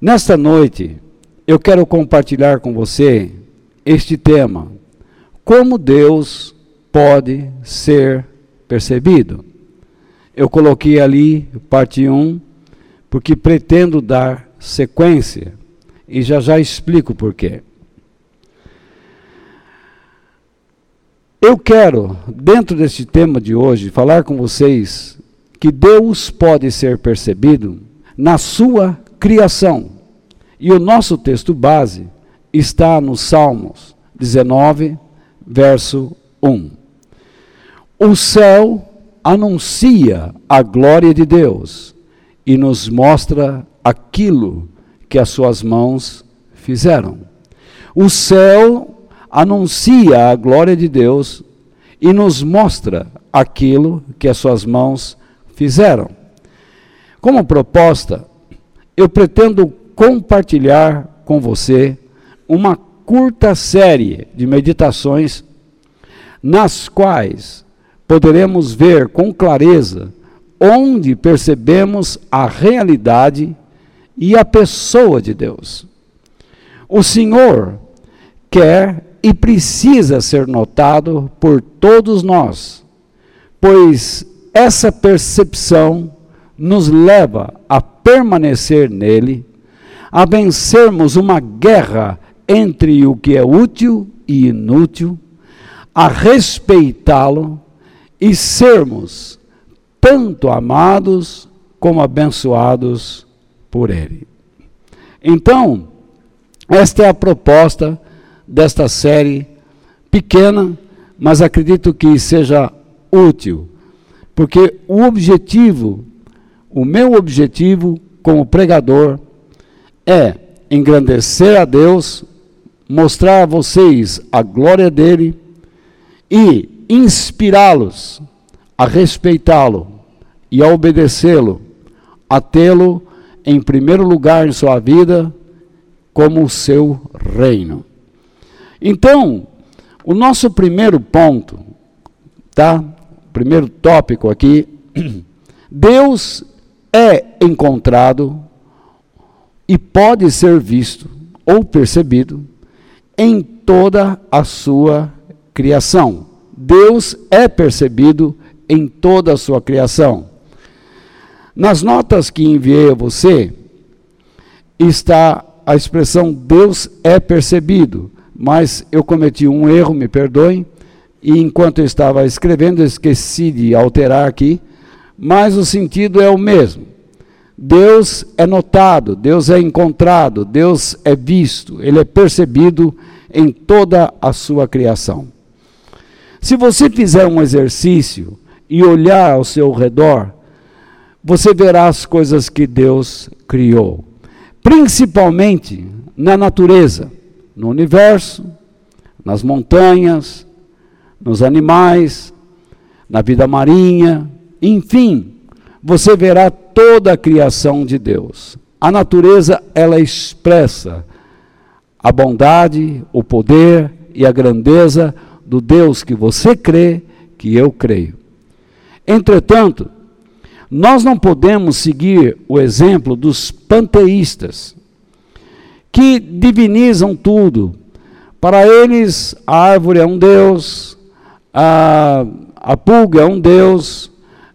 Nesta noite, eu quero compartilhar com você este tema: como Deus pode ser percebido. Eu coloquei ali parte 1, porque pretendo dar sequência, e já explico por quê. Eu quero, dentro deste tema de hoje, falar com vocês que Deus pode ser percebido na sua criação. E o nosso texto base está no Salmos 19, verso 1. O céu anuncia a glória de Deus e nos mostra aquilo que as suas mãos fizeram. O céu anuncia a glória de Deus e nos mostra aquilo que as suas mãos fizeram. Como proposta, eu pretendo compartilhar com você uma curta série de meditações nas quais poderemos ver com clareza onde percebemos a realidade e a pessoa de Deus. O Senhor quer e precisa ser notado por todos nós, pois essa percepção nos leva a permanecer nele, a vencermos uma guerra entre o que é útil e inútil, a respeitá-lo e sermos tanto amados como abençoados por ele. Então, esta é a proposta desta série pequena, mas acredito que seja útil, porque o meu objetivo como pregador é engrandecer a Deus, mostrar a vocês a glória dele e inspirá-los a respeitá-lo e a obedecê-lo, a tê-lo em primeiro lugar em sua vida como o seu reino. Então, o nosso primeiro ponto, tá? Primeiro tópico aqui, Deus é encontrado e pode ser visto ou percebido em toda a sua criação. Deus é percebido em toda a sua criação. Nas notas que enviei a você, está a expressão Deus é percebido, mas eu cometi um erro, me perdoem, e enquanto eu estava escrevendo, eu esqueci de alterar aqui, mas o sentido é o mesmo. Deus é notado, Deus é encontrado, Deus é visto, ele é percebido em toda a sua criação. Se você fizer um exercício e olhar ao seu redor, você verá as coisas que Deus criou, principalmente na natureza, no universo, nas montanhas, nos animais, na vida marinha, enfim, você verá toda a criação de Deus. A natureza, ela expressa a bondade, o poder e a grandeza do Deus que você crê, que eu creio. Entretanto, nós não podemos seguir o exemplo dos panteístas, que divinizam tudo. Para eles, a árvore é um Deus, a pulga é um Deus,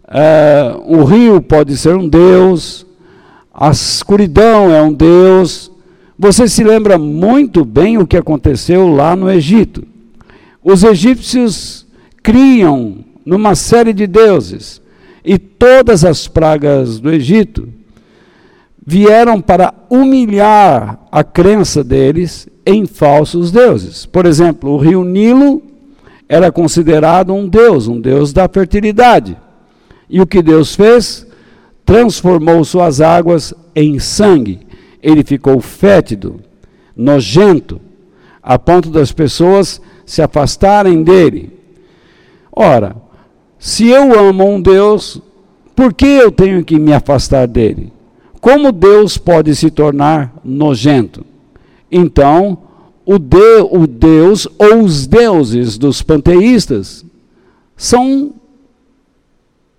o rio pode ser um Deus, a escuridão é um Deus. Você se lembra muito bem o que aconteceu lá no Egito. Os egípcios criam numa série de deuses, e todas as pragas do Egito vieram para humilhar a crença deles em falsos deuses. Por exemplo, o rio Nilo era considerado um deus da fertilidade. E o que Deus fez? Transformou suas águas em sangue. Ele ficou fétido, nojento, a ponto das pessoas se afastarem dele. Ora, se eu amo um Deus, por que eu tenho que me afastar dele? Como Deus pode se tornar nojento? Então, o Deus ou os deuses dos panteístas são,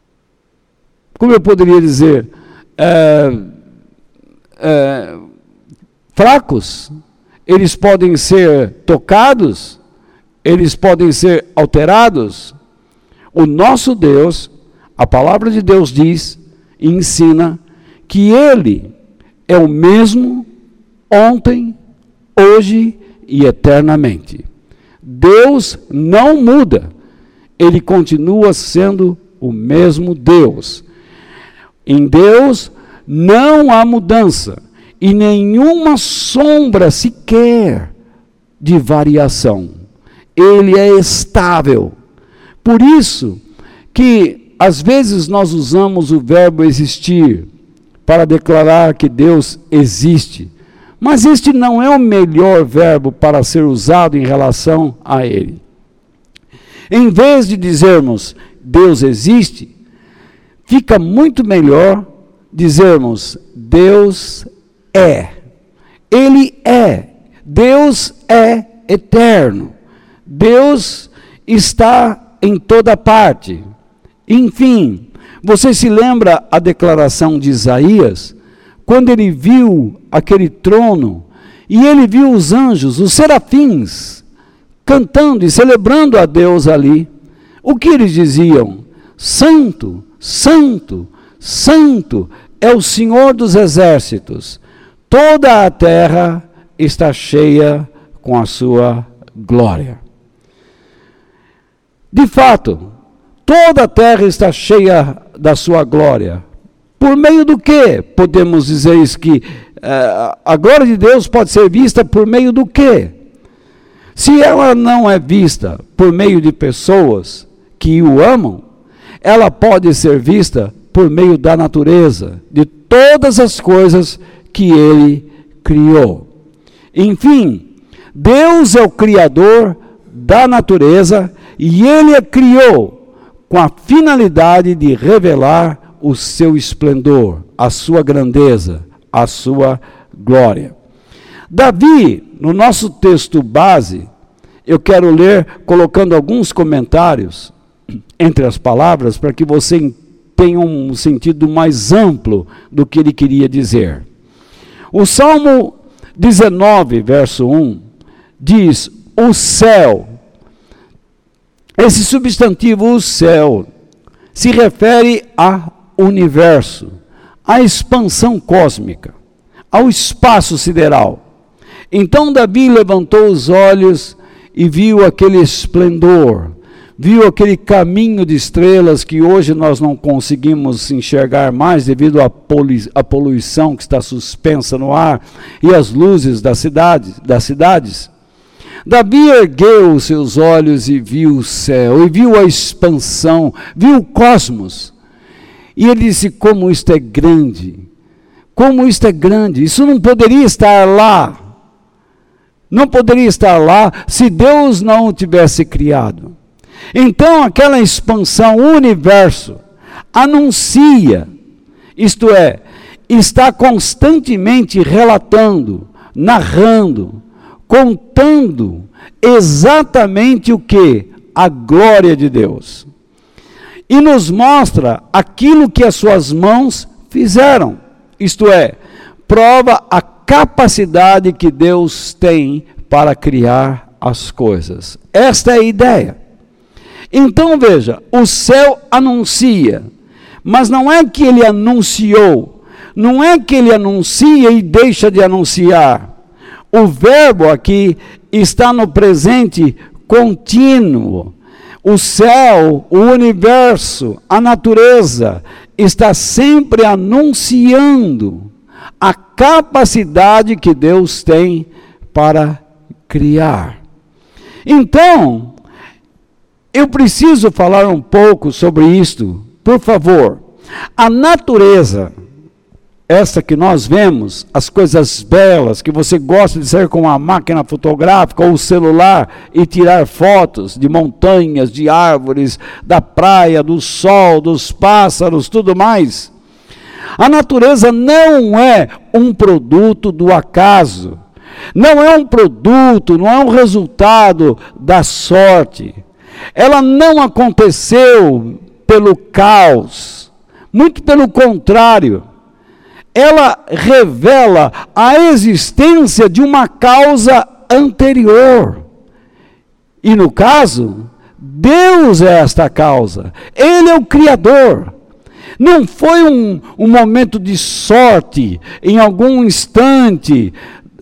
como eu poderia dizer, fracos, eles podem ser tocados, eles podem ser alterados. O nosso Deus, a palavra de Deus diz e ensina que Ele é o mesmo ontem, hoje e eternamente. Deus não muda, Ele continua sendo o mesmo Deus. Em Deus não há mudança e nenhuma sombra sequer de variação. Ele é estável. Por isso que às vezes nós usamos o verbo existir para declarar que Deus existe. Mas este não é o melhor verbo para ser usado em relação a Ele. Em vez de dizermos Deus existe, fica muito melhor dizermos Deus é. Ele é. Deus é eterno. Deus está em toda parte. Enfim, você se lembra a declaração de Isaías? Quando ele viu aquele trono, e ele viu os anjos, os serafins, cantando e celebrando a Deus ali. O que eles diziam? Santo, Santo, Santo é o Senhor dos exércitos. Toda a terra está cheia com a sua glória. De fato, toda a terra está cheia da sua glória. Por meio do que podemos dizer isso que a glória de Deus pode ser vista por meio do quê? Se ela não é vista por meio de pessoas que o amam, ela pode ser vista por meio da natureza, de todas as coisas que Ele criou. Enfim, Deus é o Criador da natureza e Ele a criou com a finalidade de revelar o seu esplendor, a sua grandeza, a sua glória. Davi, no nosso texto base, eu quero ler colocando alguns comentários entre as palavras para que você tenha um sentido mais amplo do que ele queria dizer. O Salmo 19, verso 1, diz, o céu. Esse substantivo, o céu, se refere a universo, à expansão cósmica, ao espaço sideral. Então Davi levantou os olhos e viu aquele esplendor, viu aquele caminho de estrelas que hoje nós não conseguimos enxergar mais devido à poluição que está suspensa no ar e as luzes das cidades. Davi ergueu os seus olhos e viu o céu, e viu a expansão, viu o cosmos. E ele disse, como isto é grande, como isto é grande, isso não poderia estar lá. Não poderia estar lá se Deus não o tivesse criado. Então aquela expansão, o universo, anuncia, isto é, está constantemente relatando, narrando, contando exatamente o que? A glória de Deus. E nos mostra aquilo que as suas mãos fizeram. Isto é, prova a capacidade que Deus tem para criar as coisas. Esta é a ideia. Então veja, o céu anuncia, mas não é que ele anunciou, não é que ele anuncia e deixa de anunciar. O verbo aqui está no presente contínuo. O céu, o universo, a natureza está sempre anunciando a capacidade que Deus tem para criar. Então, eu preciso falar um pouco sobre isto, por favor. A natureza, essa que nós vemos, as coisas belas, que você gosta de sair com a máquina fotográfica ou o celular e tirar fotos de montanhas, de árvores, da praia, do sol, dos pássaros, tudo mais. A natureza não é um produto do acaso, não é um produto, não é um resultado da sorte. Ela não aconteceu pelo caos, muito pelo contrário. ela revela a existência de uma causa anterior. E no caso, Deus é esta causa. Ele é o Criador. Não foi um momento de sorte, em algum instante.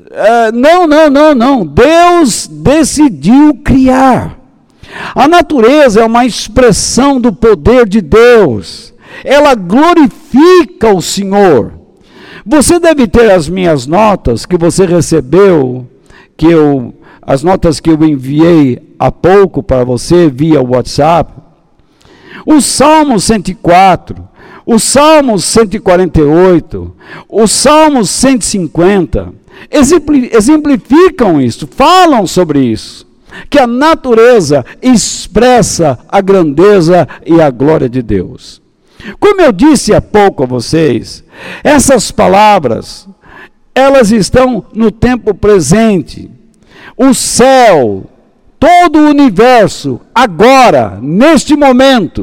Não. Deus decidiu criar. A natureza é uma expressão do poder de Deus. Ela glorifica o Senhor. Você deve ter as minhas notas que você recebeu, as notas que eu enviei há pouco para você via WhatsApp. O Salmo 104, o Salmo 148, o Salmo 150 exemplificam isso, falam sobre isso, que a natureza expressa a grandeza e a glória de Deus. Como eu disse há pouco a vocês, essas palavras, elas estão no tempo presente. O céu, todo o universo, agora, neste momento,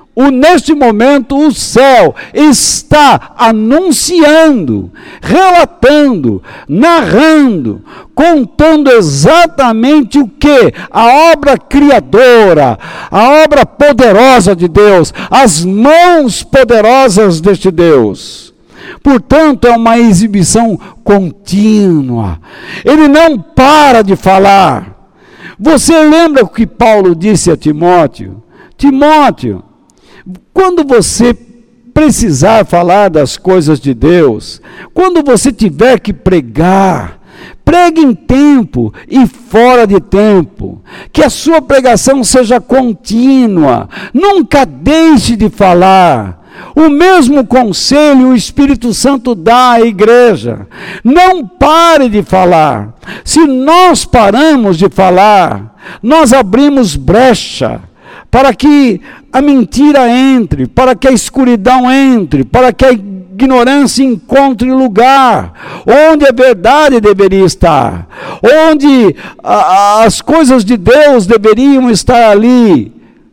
o céu está anunciando, relatando, narrando, contando exatamente o que? A obra criadora, a obra poderosa de Deus, as mãos poderosas deste Deus. Portanto, é uma exibição contínua. Ele não para de falar. Você lembra o que Paulo disse a Timóteo? Timóteo, quando você precisar falar das coisas de Deus, quando você tiver que pregar, pregue em tempo e fora de tempo, que a sua pregação seja contínua, nunca deixe de falar. O mesmo conselho o Espírito Santo dá à igreja. Não pare de falar. Se nós paramos de falar, nós abrimos brecha para que a mentira entre, para que a escuridão entre, para que a ignorância encontre lugar, onde a verdade deveria estar, onde as coisas de Deus deveriam estar ali,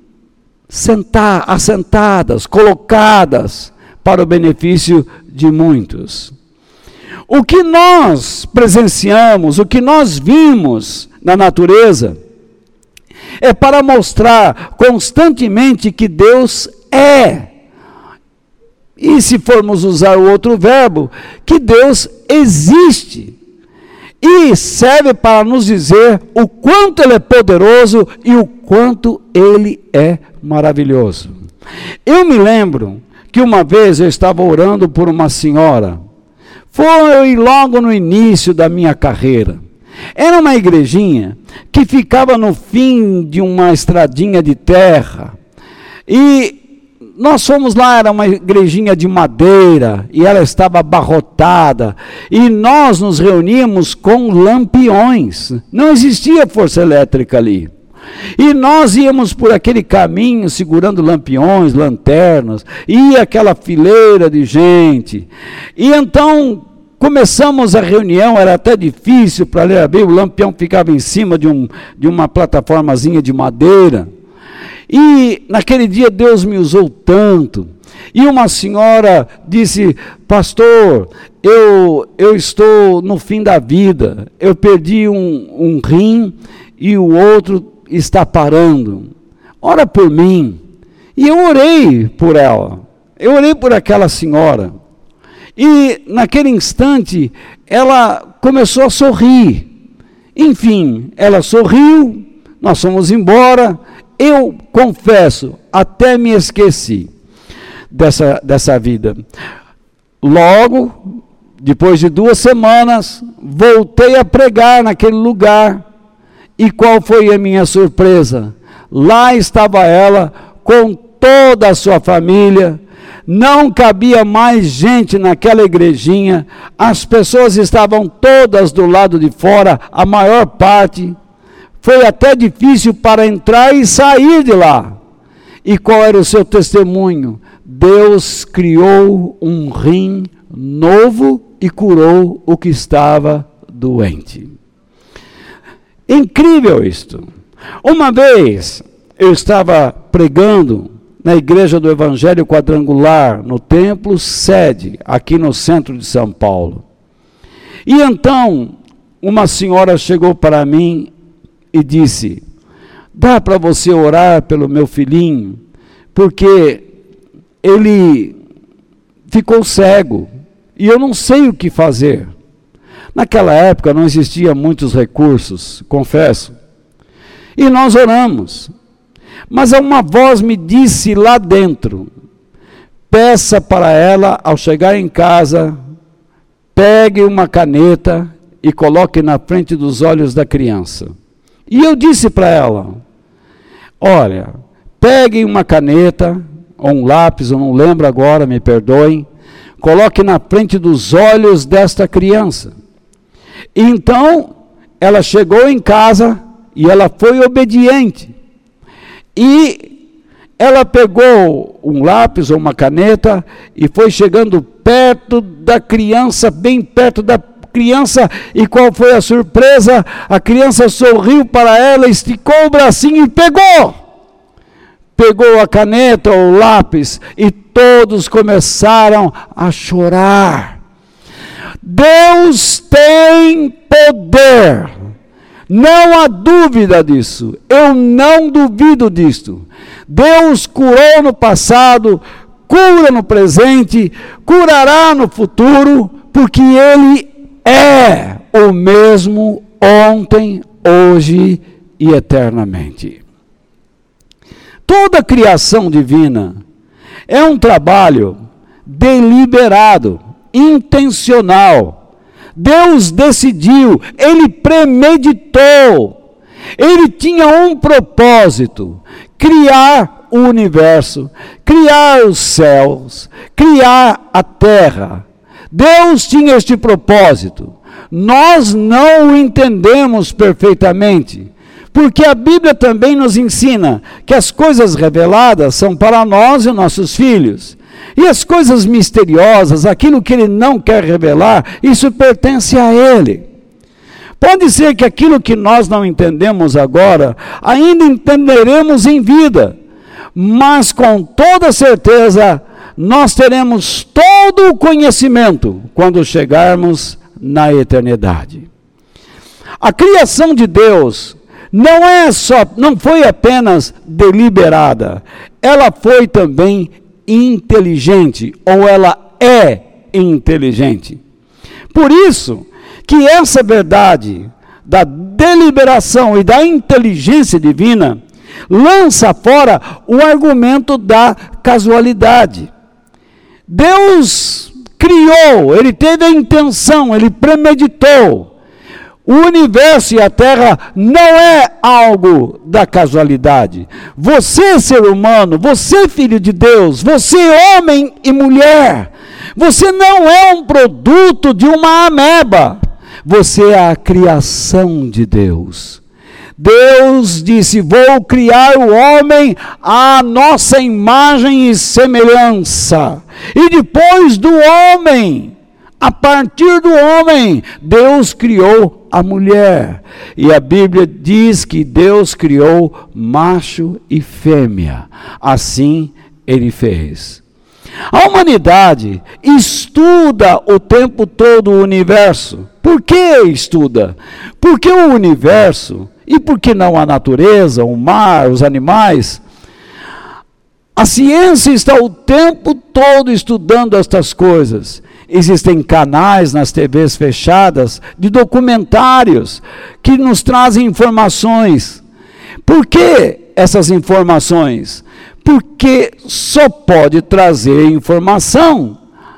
assentadas, colocadas para o benefício de muitos. O que nós presenciamos, o que nós vimos na natureza, é para mostrar constantemente que Deus é. E se formos usar o outro verbo, que Deus existe. E serve para nos dizer o quanto Ele é poderoso e o quanto Ele é maravilhoso. Eu me lembro que uma vez eu estava orando por uma senhora. Foi logo no início da minha carreira. Era uma igrejinha que ficava no fim de uma estradinha de terra. E nós fomos lá, era uma igrejinha de madeira, e ela estava abarrotada. E nós nos reuníamos com lampiões. Não existia força elétrica ali. E nós íamos por aquele caminho segurando lampiões, lanternas, ia aquela fileira de gente. E então começamos a reunião, era até difícil para ler a Bíblia, o lampião ficava em cima de uma plataformazinha de madeira. E naquele dia Deus me usou tanto. E uma senhora disse: pastor, eu estou no fim da vida, eu perdi um rim e o outro está parando, ora por mim. E eu orei por ela, eu orei por aquela senhora. E naquele instante ela começou a sorrir. Enfim, ela sorriu, nós fomos embora. Eu confesso, até me esqueci dessa vida. Logo, depois de 2 semanas, voltei a pregar naquele lugar. E qual foi a minha surpresa? Lá estava ela com toda a sua família. Não cabia mais gente naquela igrejinha. As pessoas estavam todas do lado de fora, a maior parte. Foi até difícil para entrar e sair de lá. E qual era o seu testemunho? Deus criou um rim novo e curou o que estava doente. Incrível isto. Uma vez eu estava pregando na igreja do Evangelho Quadrangular, no templo sede, aqui no centro de São Paulo. E então, uma senhora chegou para mim e disse: dá para você orar pelo meu filhinho, porque ele ficou cego e eu não sei o que fazer. Naquela época não existiam muitos recursos, confesso. E nós oramos. Mas uma voz me disse lá dentro: peça para ela, ao chegar em casa, pegue uma caneta e coloque na frente dos olhos da criança. E eu disse para ela: olha, pegue uma caneta, ou um lápis, eu não lembro agora, me perdoem, coloque na frente dos olhos desta criança. E então, ela chegou em casa e ela foi obediente. E ela pegou um lápis ou uma caneta e foi chegando perto da criança, bem perto da criança, e qual foi a surpresa? A criança sorriu para ela, esticou o bracinho e pegou a caneta ou o lápis, e todos começaram a chorar. Deus tem poder, não há dúvida disso, eu não duvido disto. Deus curou no passado, cura no presente, curará no futuro, porque Ele é o mesmo ontem, hoje e eternamente. Toda a criação divina é um trabalho deliberado, intencional. Deus decidiu, Ele premeditou, Ele tinha um propósito: criar o universo, criar os céus, criar a terra. Deus tinha este propósito. Nós não o entendemos perfeitamente, porque a Bíblia também nos ensina que as coisas reveladas são para nós e nossos filhos. E as coisas misteriosas, aquilo que Ele não quer revelar, isso pertence a Ele. Pode ser que aquilo que nós não entendemos agora, ainda entenderemos em vida, mas com toda certeza, nós teremos todo o conhecimento quando chegarmos na eternidade. A criação de Deus não foi apenas deliberada, ela foi também inteligente, ou ela é inteligente. Por isso que essa verdade da deliberação e da inteligência divina lança fora o argumento da casualidade. Deus criou, Ele teve a intenção, Ele premeditou. O universo e a terra não é algo da casualidade. Você, ser humano, você, filho de Deus, você, homem e mulher, você não é um produto de uma ameba. Você é a criação de Deus. Deus disse: vou criar o homem à nossa imagem e semelhança. E depois do homem, a partir do homem, Deus criou a mulher. E a Bíblia diz que Deus criou macho e fêmea. Assim Ele fez. A humanidade estuda o tempo todo o universo. Por que estuda? Porque o universo, e por que não a natureza, o mar, os animais? A ciência está o tempo todo estudando estas coisas. Existem canais nas TVs fechadas de documentários que nos trazem informações. Por que essas informações? Porque só pode trazer informação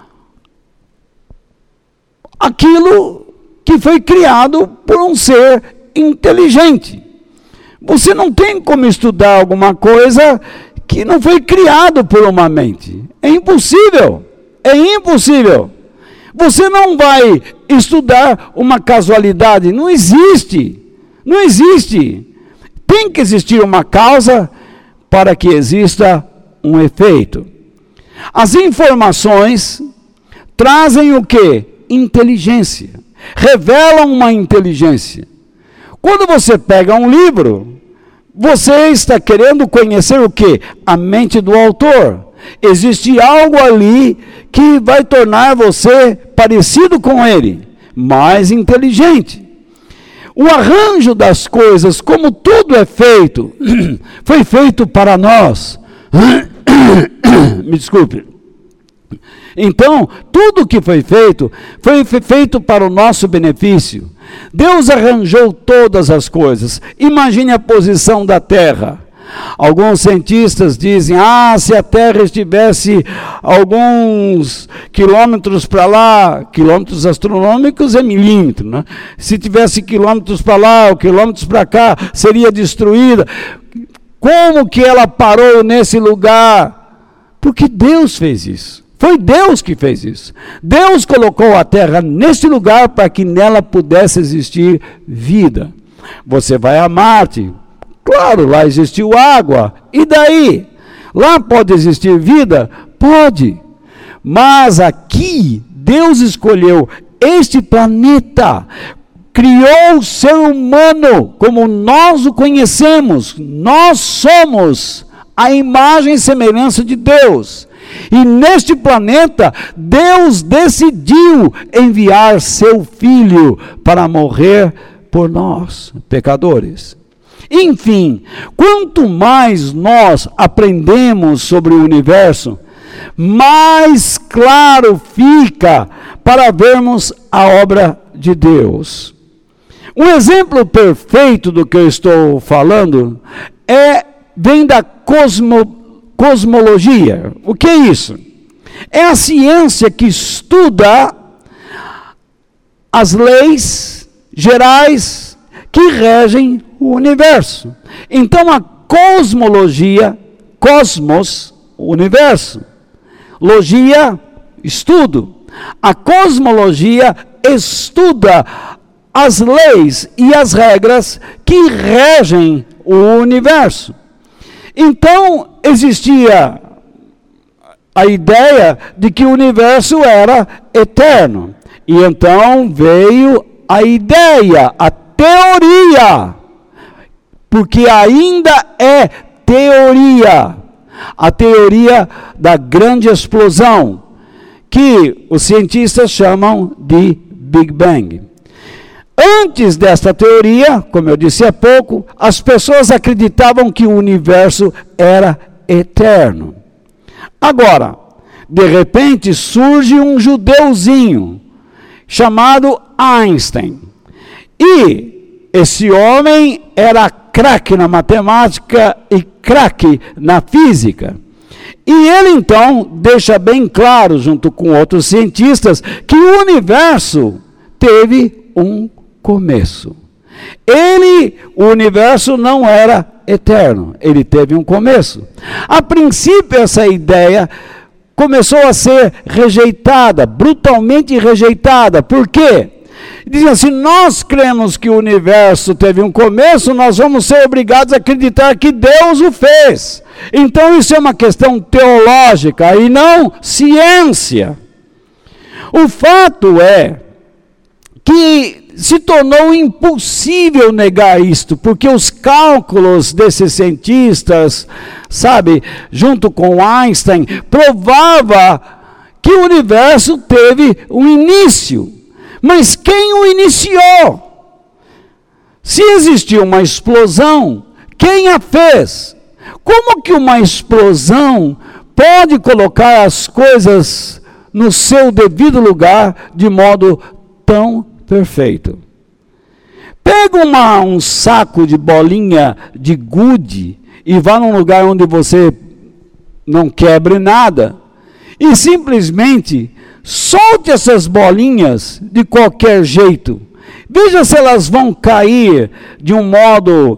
aquilo que foi criado por um ser inteligente. Você não tem como estudar alguma coisa que não foi criado por uma mente. É impossível. É impossível. Você não vai estudar uma casualidade. Não existe. Não existe. Tem que existir uma causa para que exista um efeito. As informações trazem o quê? Inteligência. Revelam uma inteligência. Quando você pega um livro, Você está querendo conhecer o quê? A mente do autor. Existe algo ali que vai tornar você parecido com ele, mais inteligente. O arranjo das coisas, como tudo é feito, foi feito para nós. Me desculpe. Então, tudo que foi feito para o nosso benefício. Deus arranjou todas as coisas. Imagine a posição da Terra. Alguns cientistas dizem, se a Terra estivesse alguns quilômetros para lá, quilômetros astronômicos é milímetro, né? Se tivesse quilômetros para lá ou quilômetros para cá, seria destruída. Como que ela parou nesse lugar? Porque Deus fez isso. Foi Deus que fez isso. Deus colocou a terra nesse lugar para que nela pudesse existir vida. Você vai a Marte. Claro, lá existiu água. E daí? Lá pode existir vida? Pode. Mas aqui, Deus escolheu este planeta. Criou o ser humano como nós o conhecemos. Nós somos a imagem e semelhança de Deus. E neste planeta, Deus decidiu enviar seu Filho para morrer por nós, pecadores. Enfim, quanto mais nós aprendemos sobre o universo, mais claro fica para vermos a obra de Deus. Um exemplo perfeito do que eu estou falando vem da cosmologia. O que é isso? É a ciência que estuda as leis gerais que regem o universo. Então a cosmologia, cosmos, universo. Logia, estudo. A cosmologia estuda as leis e as regras que regem o universo. Então, existia a ideia de que o universo era eterno. E então veio a ideia, a teoria, porque ainda é teoria, a teoria da grande explosão, que os cientistas chamam de Big Bang. Antes desta teoria, como eu disse há pouco, as pessoas acreditavam que o universo era eterno. Agora, de repente surge um judeuzinho chamado Einstein. E esse homem era craque na matemática e craque na física. E ele então deixa bem claro, junto com outros cientistas, que o universo teve um começo. O universo não era eterno, ele teve um começo. A princípio, essa ideia começou a ser rejeitada, brutalmente rejeitada. Por quê? Dizem assim, nós cremos que o universo teve um começo, nós vamos ser obrigados a acreditar que Deus o fez. Então isso é uma questão teológica e não ciência. O fato é que se tornou impossível negar isto, porque os cálculos desses cientistas, junto com Einstein, provava que o universo teve um início. Mas quem o iniciou? Se existiu uma explosão, quem a fez? Como que uma explosão pode colocar as coisas no seu devido lugar de modo tão perfeito? Pega um saco de bolinha de gude e vá num lugar onde você não quebre nada e simplesmente solte essas bolinhas de qualquer jeito. Veja se elas vão cair de um modo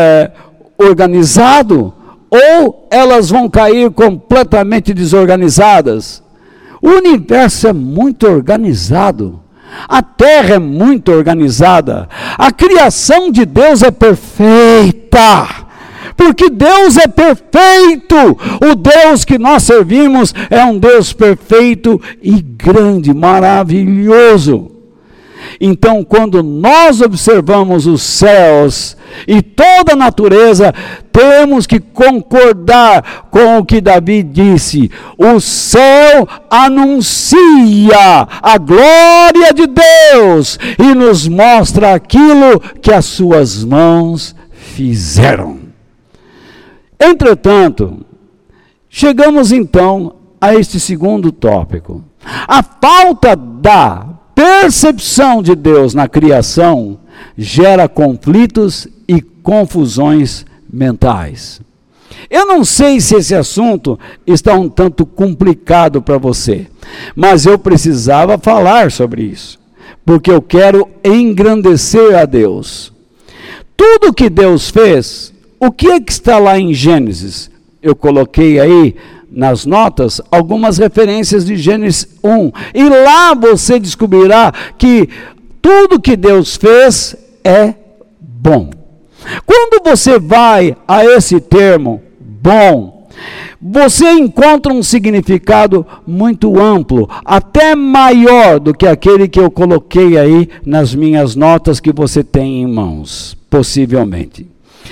organizado ou elas vão cair completamente desorganizadas. O universo é muito organizado. A terra é muito organizada. A criação de Deus é perfeita. Porque Deus é perfeito. O Deus que nós servimos é um Deus perfeito e grande, maravilhoso. Então, quando nós observamos os céus e toda a natureza, temos que concordar com o que Davi disse: o céu anuncia a glória de Deus e nos mostra aquilo que as suas mãos fizeram. Entretanto, chegamos então a este segundo tópico. A falta da percepção de Deus na criação gera conflitos e confusões mentais. Eu não sei se esse assunto está um tanto complicado para você, mas eu precisava falar sobre isso, porque eu quero engrandecer a Deus. Tudo que Deus fez, o que é que está lá em Gênesis? Eu coloquei aí nas notas algumas referências de Gênesis 1. E lá você descobrirá que tudo que Deus fez é bom. Quando você vai a esse termo, bom, você encontra um significado muito amplo, até maior do que aquele que eu coloquei aí nas minhas notas que você tem em mãos, possivelmente.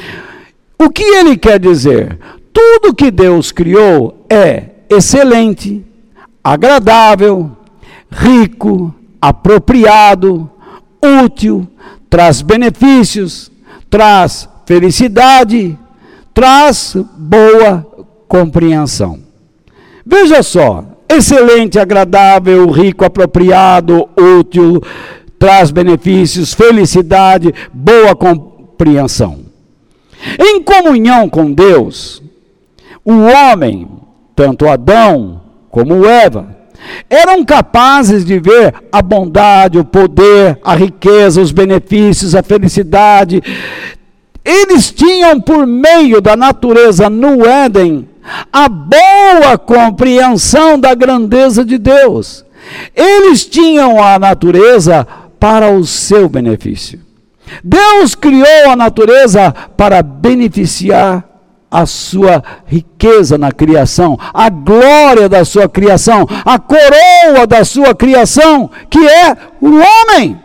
O que ele quer dizer? Tudo que Deus criou é excelente, agradável, rico, apropriado, útil, traz benefícios, traz felicidade, traz boa compreensão. Veja só, excelente, agradável, rico, apropriado, útil, traz benefícios, felicidade, boa compreensão. Em comunhão com Deus, o homem, tanto Adão como Eva, eram capazes de ver a bondade, o poder, a riqueza, os benefícios, a felicidade. Eles tinham, por meio da natureza no Éden, a boa compreensão da grandeza de Deus. Eles tinham a natureza para o seu benefício. Deus criou a natureza para beneficiar a sua riqueza na criação, a glória da sua criação, a coroa da sua criação, que é o homem.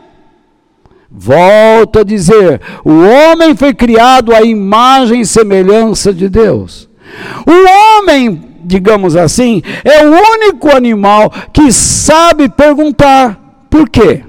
Volto a dizer, o homem foi criado à imagem e semelhança de Deus. O homem, digamos assim, é o único animal que sabe perguntar por quê.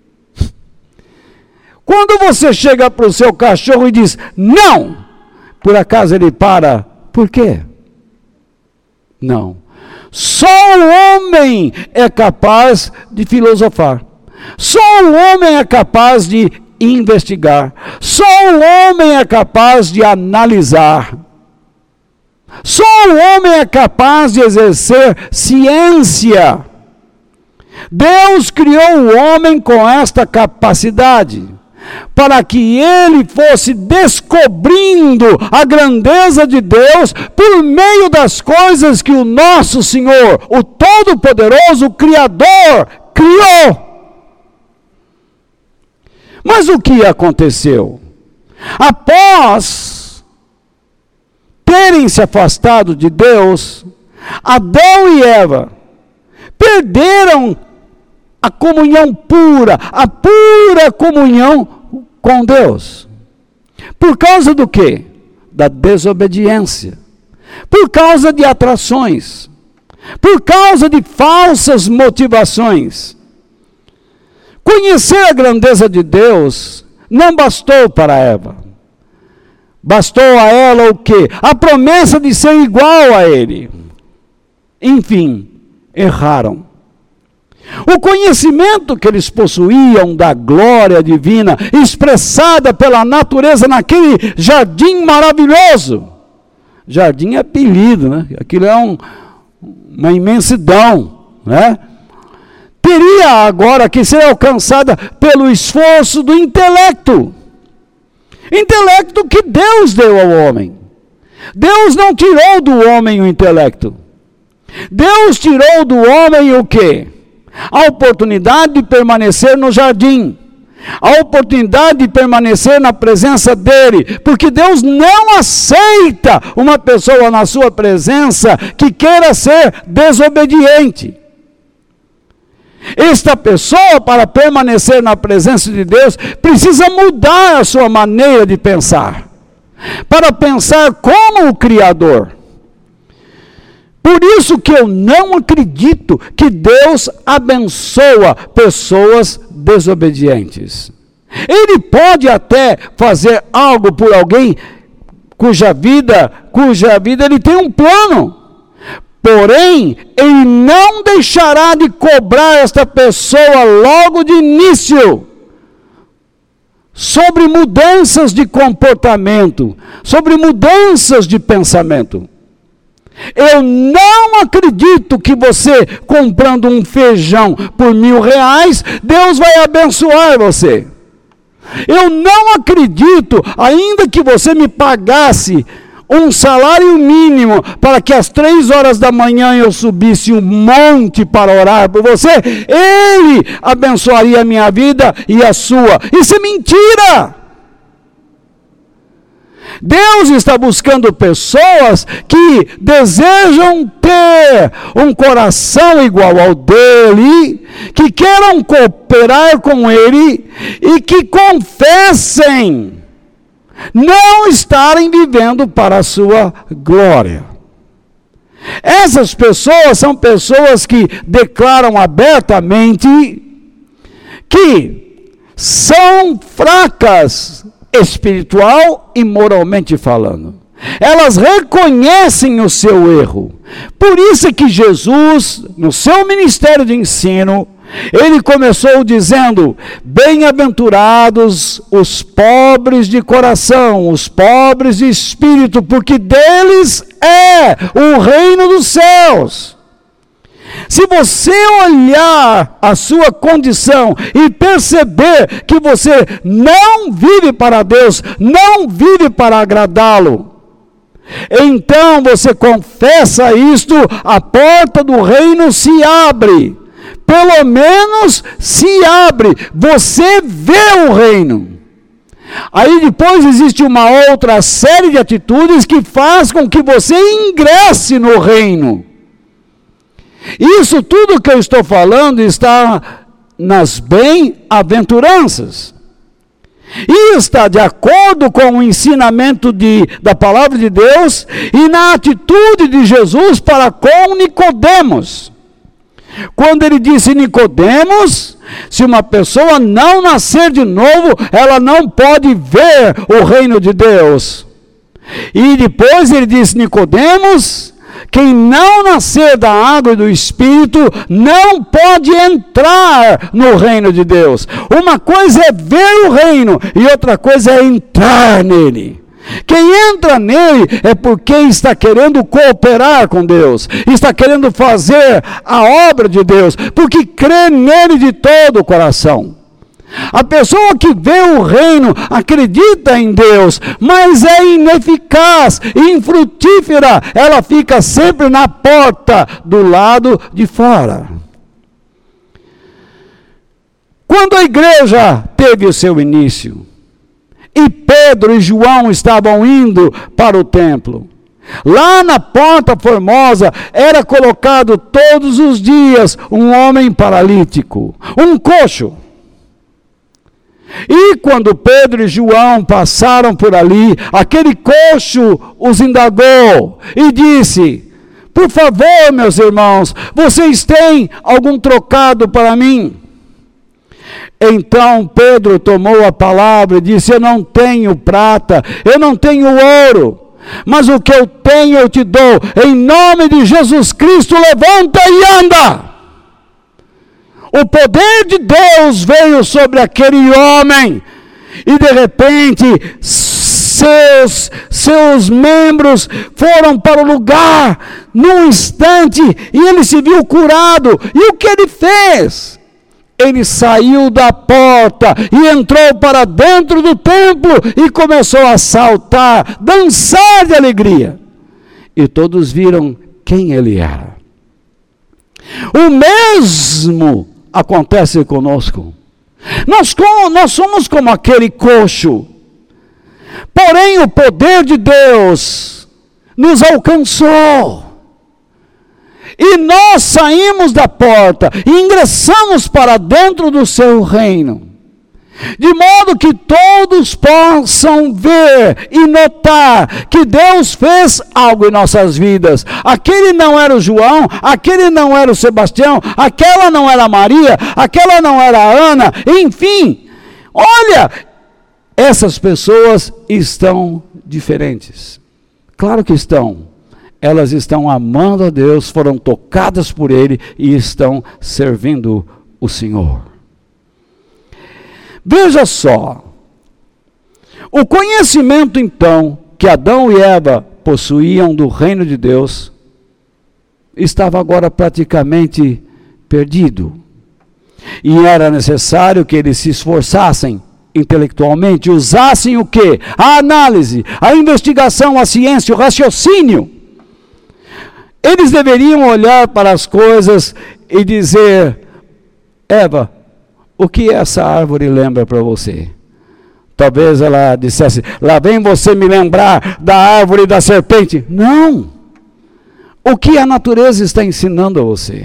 Quando você chega para o seu cachorro e diz, não, por acaso ele para, por quê? Não. Só o homem é capaz de filosofar. Só o homem é capaz de investigar. Só o homem é capaz de analisar. Só o homem é capaz de exercer ciência. Deus criou o homem com esta capacidade, para que ele fosse descobrindo a grandeza de Deus por meio das coisas que o nosso Senhor, o Todo-Poderoso, o Criador, criou. Mas o que aconteceu? Após terem se afastado de Deus, Adão e Eva perderam a comunhão pura, a pura comunhão com Deus. Por causa do quê? Da desobediência. Por causa de atrações. Por causa de falsas motivações. Conhecer a grandeza de Deus não bastou para Eva. Bastou a ela o quê? A promessa de ser igual a Ele. Enfim, erraram. O conhecimento que eles possuíam da glória divina, expressada pela natureza naquele jardim maravilhoso. Jardim é apelido, né? Aquilo é uma imensidão, né? Teria agora que ser alcançada pelo esforço do intelecto. Intelecto que Deus deu ao homem. Deus não tirou do homem o intelecto. Deus tirou do homem o quê? A oportunidade de permanecer no jardim, a oportunidade de permanecer na presença dele, porque Deus não aceita uma pessoa na sua presença que queira ser desobediente. Esta pessoa, para permanecer na presença de Deus, precisa mudar a sua maneira de pensar, para pensar como o Criador. Por isso que eu não acredito que Deus abençoa pessoas desobedientes. Ele pode até fazer algo por alguém cuja vida ele tem um plano. Porém, ele não deixará de cobrar esta pessoa logo de início sobre mudanças de comportamento, sobre mudanças de pensamento. Eu não acredito que você, comprando um feijão por R$1.000, Deus vai abençoar você. Eu não acredito, ainda que você me pagasse um salário mínimo para que às 3 horas da manhã eu subisse um monte para orar por você, Ele abençoaria a minha vida e a sua. Isso é mentira! Deus está buscando pessoas que desejam ter um coração igual ao dele, que queiram cooperar com ele e que confessem não estarem vivendo para a sua glória. Essas pessoas são pessoas que declaram abertamente que são fracas espiritual e moralmente falando. Elas reconhecem o seu erro. Por isso é que Jesus, no seu ministério de ensino, ele começou dizendo: bem-aventurados os pobres de coração, os pobres de espírito, porque deles é o reino dos céus. Se você olhar a sua condição e perceber que você não vive para Deus, não vive para agradá-lo, então você confessa isto, a porta do reino se abre. Pelo menos se abre, você vê o reino. Aí depois existe uma outra série de atitudes que faz com que você ingresse no reino. Isso tudo que eu estou falando está nas bem-aventuranças. E está de acordo com o ensinamento da palavra de Deus e na atitude de Jesus para com Nicodemos. Quando ele disse: Nicodemos, se uma pessoa não nascer de novo, ela não pode ver o reino de Deus. E depois ele disse: Nicodemos, quem não nascer da água e do Espírito não pode entrar no reino de Deus. Uma coisa é ver o reino e outra coisa é entrar nele. Quem entra nele é porque está querendo cooperar com Deus, está querendo fazer a obra de Deus, porque crê nele de todo o coração. A pessoa que vê o reino acredita em Deus, mas é ineficaz, infrutífera, ela fica sempre na porta do lado de fora. Quando a igreja teve o seu início, e Pedro e João estavam indo para o templo, lá na porta formosa era colocado todos os dias um homem paralítico, um coxo. E quando Pedro e João passaram por ali, aquele coxo os indagou e disse: por favor, meus irmãos, vocês têm algum trocado para mim? Então Pedro tomou a palavra e disse: eu não tenho prata, eu não tenho ouro, mas o que eu tenho eu te dou. Em nome de Jesus Cristo, levanta e anda. O poder de Deus veio sobre aquele homem e de repente seus membros foram para o lugar num instante e ele se viu curado. E o que ele fez? Ele saiu da porta e entrou para dentro do templo e começou a saltar, dançar de alegria. E todos viram quem ele era. O mesmo acontece conosco. Nós somos como aquele coxo. Porém, o poder de Deus nos alcançou. E nós saímos da porta e ingressamos para dentro do seu reino, de modo que todos possam ver e notar que Deus fez algo em nossas vidas. Aquele não era o João, aquele não era o Sebastião, aquela não era a Maria, aquela não era a Ana, enfim. Olha, essas pessoas estão diferentes. Claro que estão. Elas estão amando a Deus, foram tocadas por Ele e estão servindo o Senhor. Veja só, o conhecimento então que Adão e Eva possuíam do reino de Deus estava agora praticamente perdido. E era necessário que eles se esforçassem intelectualmente, usassem o quê? A análise, a investigação, a ciência, o raciocínio. Eles deveriam olhar para as coisas e dizer: Eva, o que essa árvore lembra para você? Talvez ela dissesse: lá vem você me lembrar da árvore da serpente. Não! O que a natureza está ensinando a você?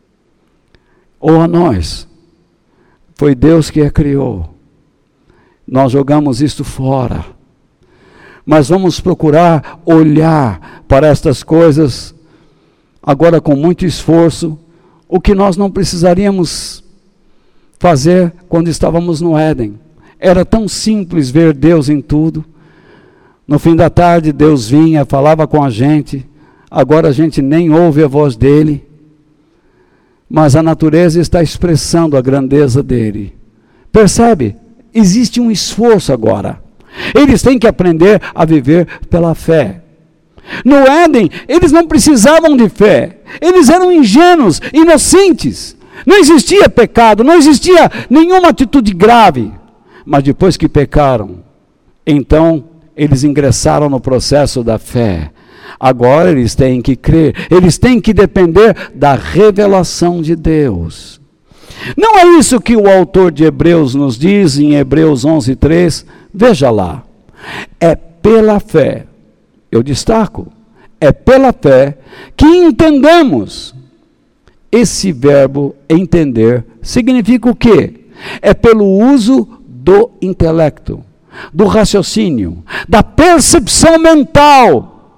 Ou a nós? Foi Deus que a criou. Nós jogamos isto fora. Mas vamos procurar olhar para estas coisas agora com muito esforço, o que nós não precisaríamos fazer quando estávamos no Éden. Era tão simples ver Deus em tudo. No fim da tarde Deus vinha, falava com a gente. Agora a gente nem ouve a voz dele. Mas a natureza está expressando a grandeza dele. Percebe? Existe um esforço agora. Eles têm que aprender a viver pela fé. No Éden, eles não precisavam de fé. Eles eram ingênuos, inocentes. Não existia pecado, não existia nenhuma atitude grave. Mas depois que pecaram, então eles ingressaram no processo da fé. Agora eles têm que crer, eles têm que depender da revelação de Deus. Não é isso que o autor de Hebreus nos diz em Hebreus 11:3? Veja lá. É pela fé. Eu destaco, é pela fé que entendemos. Esse verbo entender significa o quê? É pelo uso do intelecto, do raciocínio, da percepção mental.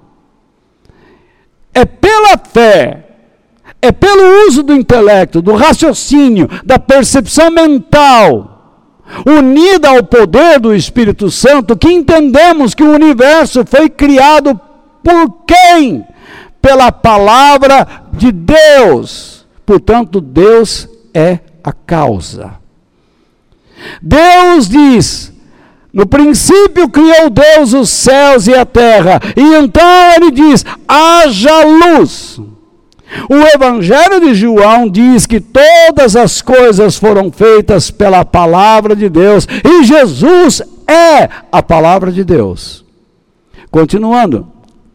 É pela fé, é pelo uso do intelecto, do raciocínio, da percepção mental, unida ao poder do Espírito Santo, que entendemos que o universo foi criado por quem? Pela palavra de Deus. Portanto, Deus é a causa. Deus diz: no princípio criou Deus os céus e a terra, e então ele diz: haja luz. O Evangelho de João diz que todas as coisas foram feitas pela palavra de Deus, e Jesus é a palavra de Deus. Continuando.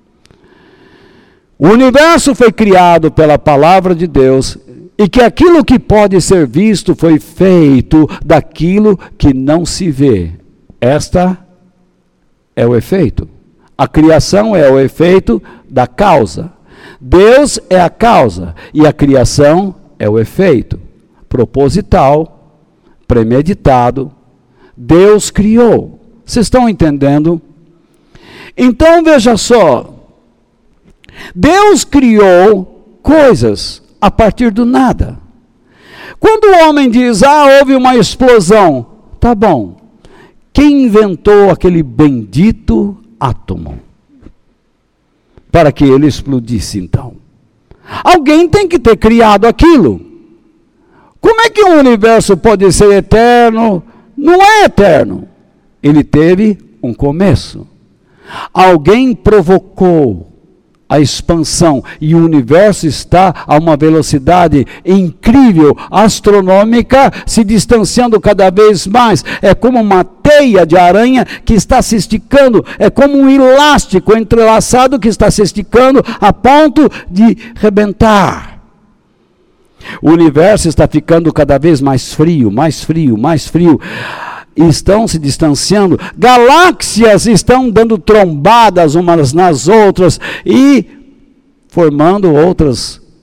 O universo foi criado pela palavra de Deus, e que aquilo que pode ser visto foi feito daquilo que não se vê. Esta é o efeito. A criação é o efeito da causa. Deus é a causa e a criação é o efeito. Proposital, premeditado, Deus criou. Vocês estão entendendo? Então veja só. Deus criou coisas a partir do nada. Quando o homem diz: houve uma explosão, tá bom. Quem inventou aquele bendito átomo para que ele explodisse então? Alguém tem que ter criado aquilo. Como é que o universo pode ser eterno? Não é eterno. Ele teve um começo. Alguém provocou a expansão, e o universo está a uma velocidade incrível, astronômica, se distanciando cada vez mais. É como uma teia de aranha que está se esticando, é como um elástico entrelaçado que está se esticando a ponto de rebentar. O universo está ficando cada vez mais frio, mais frio, mais frio. Estão se distanciando, galáxias estão dando trombadas umas nas outras e formando outras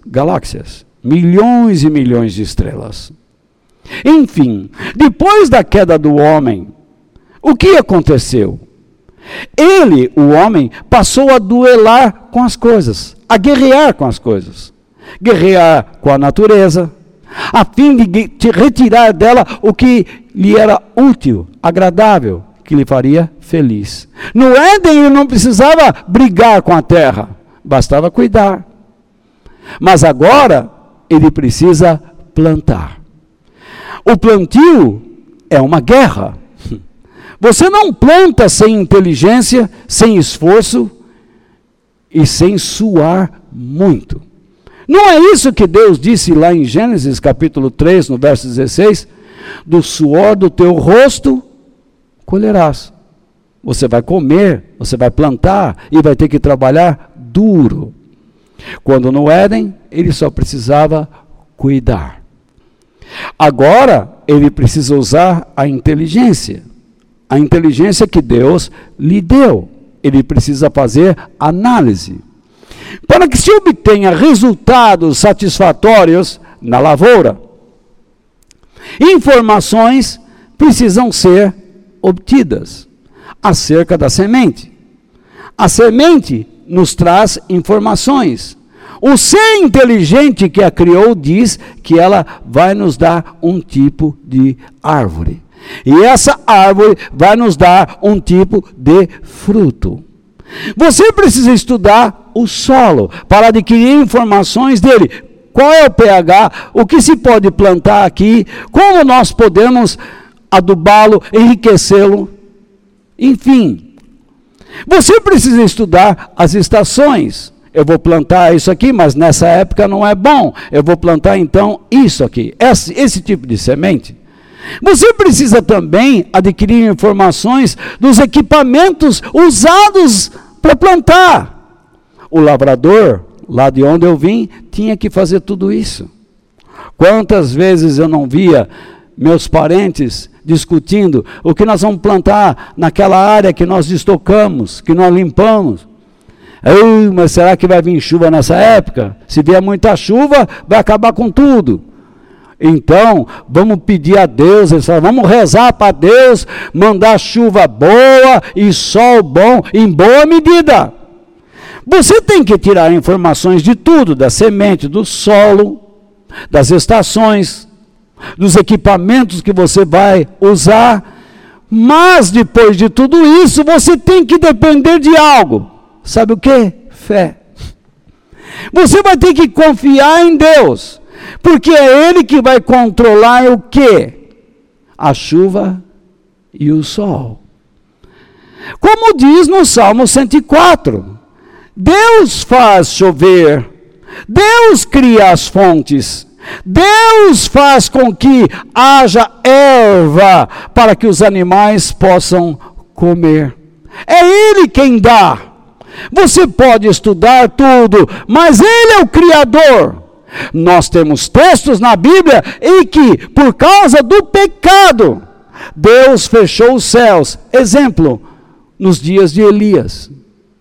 galáxias, milhões e milhões de estrelas. Enfim, depois da queda do homem, o que aconteceu? Ele, o homem, passou a duelar com as coisas, a guerrear com as coisas, guerrear com a natureza, a fim de retirar dela o que lhe era útil, agradável, que lhe faria feliz. No Éden ele não precisava brigar com a terra, bastava cuidar. Mas agora ele precisa plantar. O plantio é uma guerra. Você não planta sem inteligência, sem esforço e sem suar muito. Não é isso que Deus disse lá em Gênesis capítulo 3, no verso 16? Do suor do teu rosto colherás. Você vai comer, você vai plantar e vai ter que trabalhar duro. Quando no Éden, ele só precisava cuidar. Agora, ele precisa usar a inteligência que Deus lhe deu. Ele precisa fazer análise. Para que se obtenha resultados satisfatórios na lavoura, informações precisam ser obtidas acerca da semente. A semente nos traz informações. O ser inteligente que a criou diz que ela vai nos dar um tipo de árvore. E essa árvore vai nos dar um tipo de fruto. Você precisa estudar o solo para adquirir informações dele. Qual é o pH? O que se pode plantar aqui? Como nós podemos adubá-lo, enriquecê-lo? Enfim, você precisa estudar as estações. Eu vou plantar isso aqui, mas nessa época não é bom. Eu vou plantar então isso aqui, esse tipo de semente. Você precisa também adquirir informações dos equipamentos usados para plantar. O lavrador, lá de onde eu vim, tinha que fazer tudo isso. Quantas vezes eu não via meus parentes discutindo o que nós vamos plantar naquela área que nós destocamos, que nós limpamos. Mas será que vai vir chuva nessa época? Se vier muita chuva, vai acabar com tudo. Então, vamos pedir a Deus, eles falam, vamos rezar para Deus, mandar chuva boa e sol bom, em boa medida. Você tem que tirar informações de tudo, da semente, do solo, das estações, dos equipamentos que você vai usar, mas depois de tudo isso, você tem que depender de algo. Sabe o que? Fé. Você vai ter que confiar em Deus. Porque é Ele que vai controlar o quê? A chuva e o sol. Como diz no Salmo 104, Deus faz chover, Deus cria as fontes, Deus faz com que haja erva para que os animais possam comer. É Ele quem dá. Você pode estudar tudo, mas Ele é o Criador. Nós temos textos na Bíblia em que, por causa do pecado, Deus fechou os céus. Exemplo, nos dias de Elias.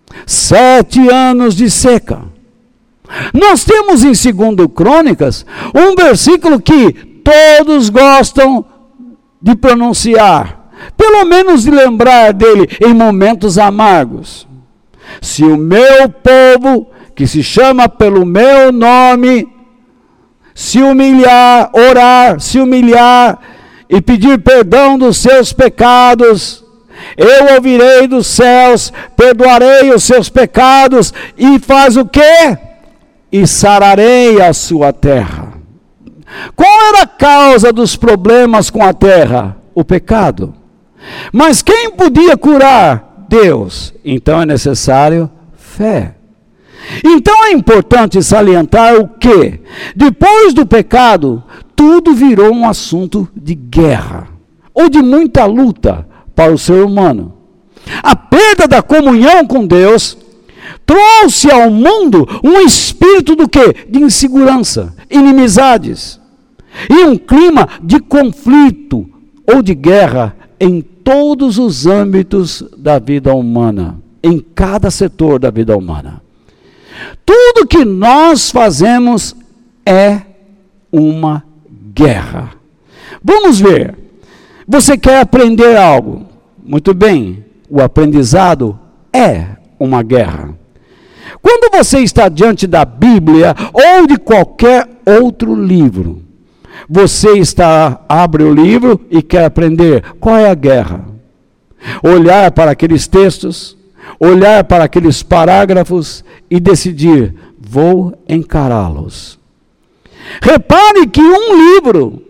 7 anos de seca. Nós temos em 2 Crônicas um versículo que todos gostam de pronunciar, pelo menos de lembrar dele em momentos amargos. Se o meu povo, que se chama pelo meu nome, se humilhar, orar, se humilhar e pedir perdão dos seus pecados, eu ouvirei dos céus, perdoarei os seus pecados e faz o quê? E sararei a sua terra. Qual era a causa dos problemas com a terra? O pecado. Mas quem podia curar? Deus. Então é necessário fé. Então é importante salientar o que? Depois do pecado, tudo virou um assunto de guerra, ou de muita luta para o ser humano. A perda da comunhão com Deus trouxe ao mundo um espírito do quê? De insegurança, inimizades, e um clima de conflito ou de guerra em todos os âmbitos da vida humana, em cada setor da vida humana. Tudo que nós fazemos é uma guerra. Vamos ver. Você quer aprender algo? Muito bem, o aprendizado é uma guerra. Quando você está diante da Bíblia ou de qualquer outro livro, você abre o livro e quer aprender. Qual é a guerra? Olhar para aqueles textos, olhar para aqueles parágrafos e decidir, vou encará-los. Repare que um livro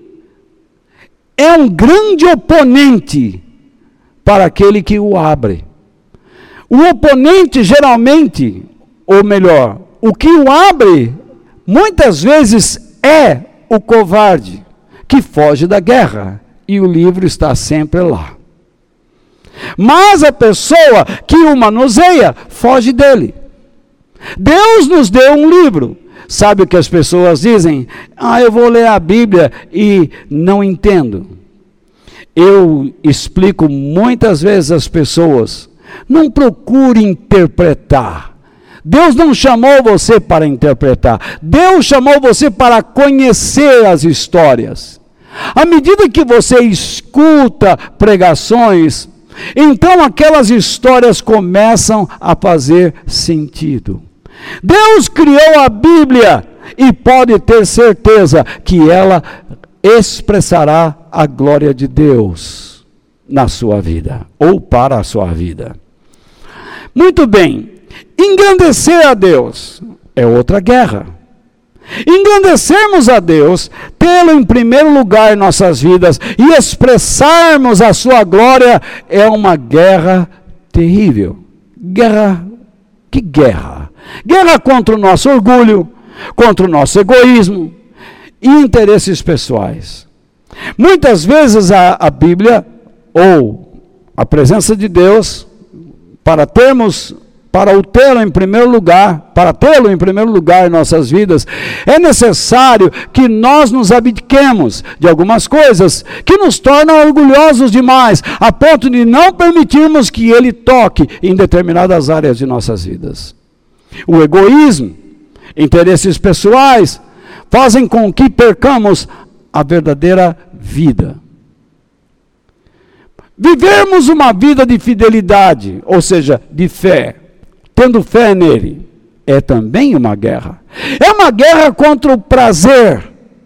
é um grande oponente para aquele que o abre. O oponente geralmente, ou melhor, o que o abre, muitas vezes é o covarde, que foge da guerra, e o livro está sempre lá. Mas a pessoa que o manuseia, foge dele. Deus nos deu um livro. Sabe o que as pessoas dizem? Eu vou ler a Bíblia e não entendo. Eu explico muitas vezes às pessoas, não procure interpretar. Deus não chamou você para interpretar. Deus chamou você para conhecer as histórias. À medida que você escuta pregações, então aquelas histórias começam a fazer sentido. Deus criou a Bíblia e pode ter certeza que ela expressará a glória de Deus na sua vida, ou para a sua vida. Muito bem, engrandecer a Deus é outra guerra. Engrandecermos a Deus, tê-lo em primeiro lugar em nossas vidas e expressarmos a sua glória é uma guerra terrível. Que guerra? Guerra contra o nosso orgulho, contra o nosso egoísmo e interesses pessoais. Muitas vezes a Bíblia ou a presença de Deus, para o tê-lo em primeiro lugar, em nossas vidas, é necessário que nós nos abdiquemos de algumas coisas que nos tornam orgulhosos demais, a ponto de não permitirmos que Ele toque em determinadas áreas de nossas vidas. O egoísmo, interesses pessoais, fazem com que percamos a verdadeira vida. Vivermos uma vida de fidelidade, ou seja, de fé, tendo fé nele, é também uma guerra. É uma guerra contra o prazer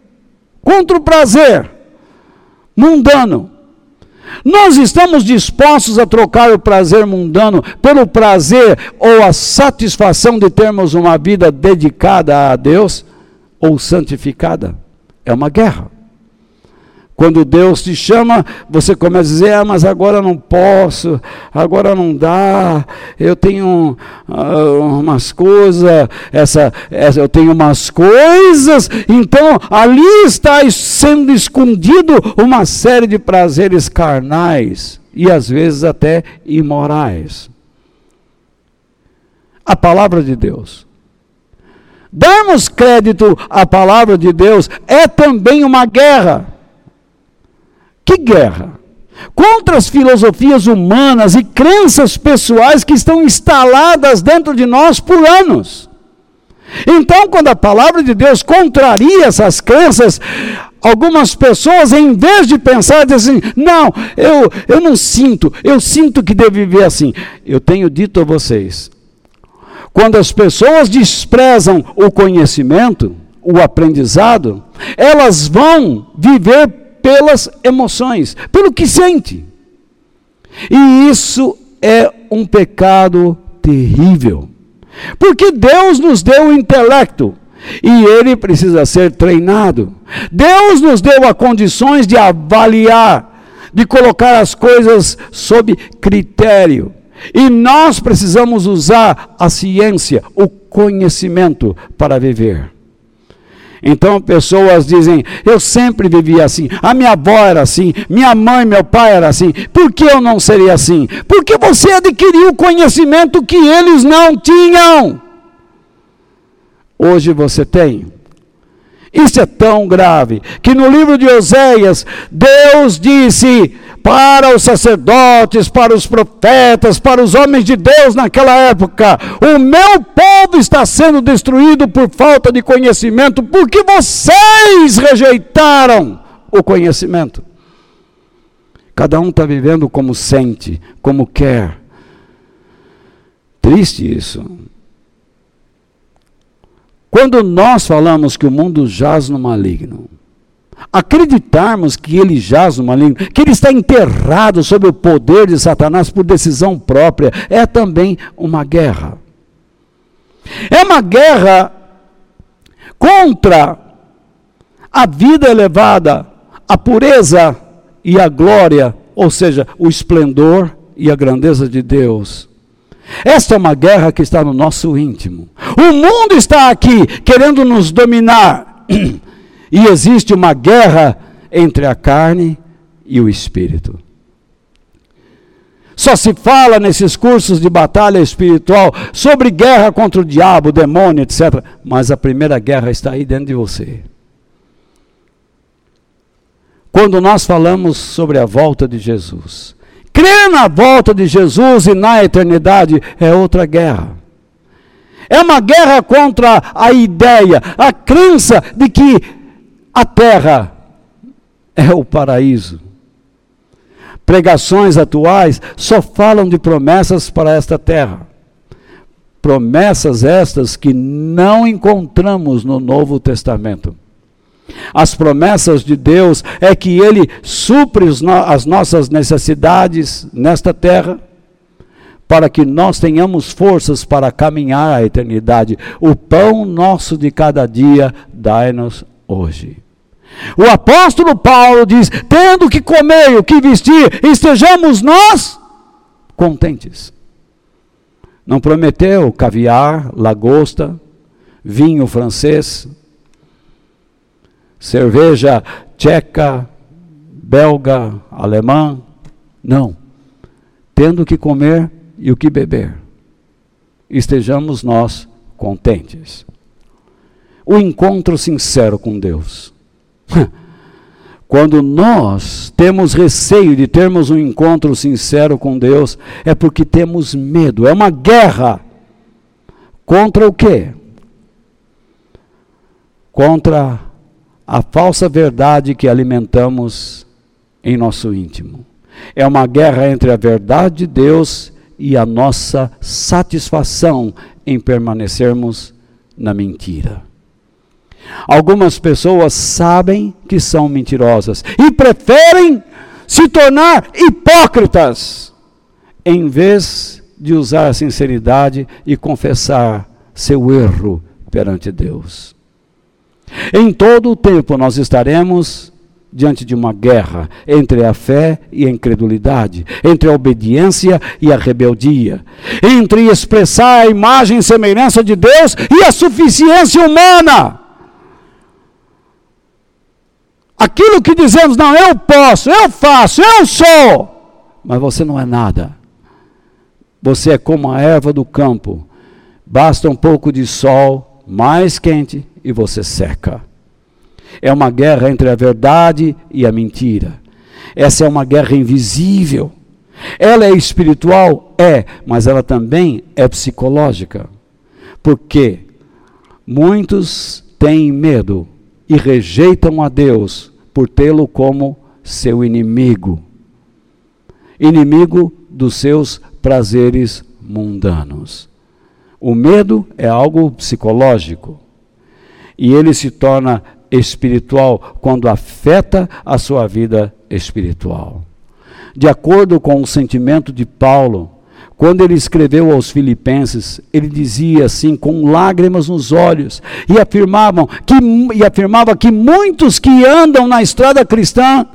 mundano. Nós estamos dispostos a trocar o prazer mundano pelo prazer ou a satisfação de termos uma vida dedicada a Deus ou santificada? É uma guerra. Quando Deus te chama, você começa a dizer, mas agora não posso, agora não dá, eu tenho umas coisas, eu tenho umas coisas, então ali está sendo escondido uma série de prazeres carnais e às vezes até imorais. A palavra de Deus. Darmos crédito à palavra de Deus é também uma guerra. Que guerra? Contra as filosofias humanas e crenças pessoais que estão instaladas dentro de nós por anos. Então, quando a palavra de Deus contraria essas crenças, algumas pessoas, em vez de pensar, dizem assim, não, eu não sinto, eu sinto que devo viver assim. Eu tenho dito a vocês, quando as pessoas desprezam o conhecimento, o aprendizado, elas vão viver pelas emoções, pelo que sente. E isso é um pecado terrível. Porque Deus nos deu o intelecto e ele precisa ser treinado. Deus nos deu as condições de avaliar, de colocar as coisas sob critério. E nós precisamos usar a ciência, o conhecimento para viver. Então pessoas dizem, eu sempre vivi assim, a minha avó era assim, minha mãe, meu pai era assim, por que eu não seria assim? Porque você adquiriu o conhecimento que eles não tinham. Hoje você tem. Isso é tão grave, que no livro de Oséias, Deus disse para os sacerdotes, para os profetas, para os homens de Deus naquela época: o meu povo está sendo destruído por falta de conhecimento, porque vocês rejeitaram o conhecimento. Cada um está vivendo como sente, como quer. Triste isso. Quando nós falamos que o mundo jaz no maligno, acreditarmos que ele jaz no maligno, que ele está enterrado sob o poder de Satanás por decisão própria, é também uma guerra. É uma guerra contra a vida elevada, a pureza e a glória, ou seja, o esplendor e a grandeza de Deus. Esta é uma guerra que está no nosso íntimo. O mundo está aqui querendo nos dominar. E existe uma guerra entre a carne e o espírito. Só se fala nesses cursos de batalha espiritual sobre guerra contra o diabo, o demônio, etc. Mas a primeira guerra está aí dentro de você. Quando nós falamos sobre a volta de Jesus, crer na volta de Jesus e na eternidade é outra guerra. É uma guerra contra a ideia, a crença de que a terra é o paraíso. Pregações atuais só falam de promessas para esta terra. Promessas estas que não encontramos no Novo Testamento. As promessas de Deus é que Ele supre as nossas necessidades nesta terra, para que nós tenhamos forças para caminhar à eternidade. O pão nosso de cada dia, dai-nos hoje. O apóstolo Paulo diz: tendo que comer e o que vestir, estejamos nós contentes. Não prometeu caviar, lagosta, vinho francês, cerveja tcheca, belga, alemã. Não. Tendo que comer e o que beber, estejamos nós contentes. O encontro sincero com Deus. Quando nós temos receio de termos um encontro sincero com Deus, é porque temos medo. É uma guerra. Contra o quê? Contra a falsa verdade que alimentamos em nosso íntimo. É uma guerra entre a verdade de Deus e a nossa satisfação em permanecermos na mentira. Algumas pessoas sabem que são mentirosas e preferem se tornar hipócritas, em vez de usar a sinceridade e confessar seu erro perante Deus. Em todo o tempo nós estaremos diante de uma guerra entre a fé e a incredulidade, entre a obediência e a rebeldia, entre expressar a imagem e semelhança de Deus e a suficiência humana. Aquilo que dizemos: não, eu posso, eu faço, eu sou, mas você não é nada. Você é como a erva do campo, basta um pouco de sol mais quente e você seca. É uma guerra entre a verdade e a mentira. Essa é uma guerra invisível. Ela é espiritual? É, mas ela também é psicológica. Porque muitos têm medo e rejeitam a Deus por tê-lo como seu inimigo. Inimigo dos seus prazeres mundanos. O medo é algo psicológico. E ele se torna espiritual quando afeta a sua vida espiritual. De acordo com o sentimento de Paulo, quando ele escreveu aos Filipenses, ele dizia assim, com lágrimas nos olhos, e afirmava que muitos que andam na estrada cristã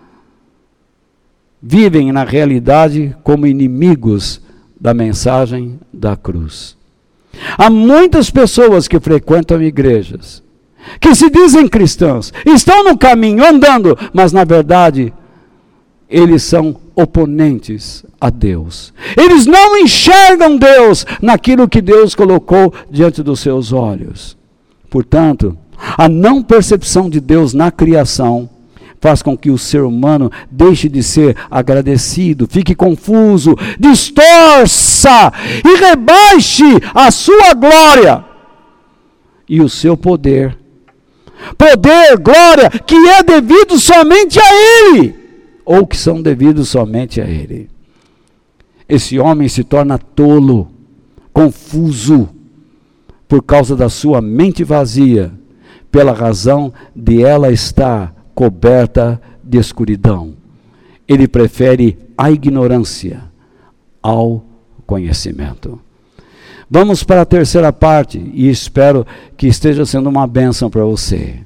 vivem na realidade como inimigos da mensagem da cruz. Há muitas pessoas que frequentam igrejas, que se dizem cristãos, estão no caminho, andando, mas na verdade eles são oponentes a Deus. Eles não enxergam Deus naquilo que Deus colocou diante dos seus olhos. Portanto, a não percepção de Deus na criação faz com que o ser humano deixe de ser agradecido, fique confuso, distorça e rebaixe a sua glória e o seu poder. Poder, glória, que é devido somente a Ele, ou que são devidos somente a Ele. Esse homem se torna tolo, confuso, por causa da sua mente vazia, pela razão de ela estar coberta de escuridão. Ele prefere a ignorância ao conhecimento. Vamos para a terceira parte, e espero que esteja sendo uma bênção para você.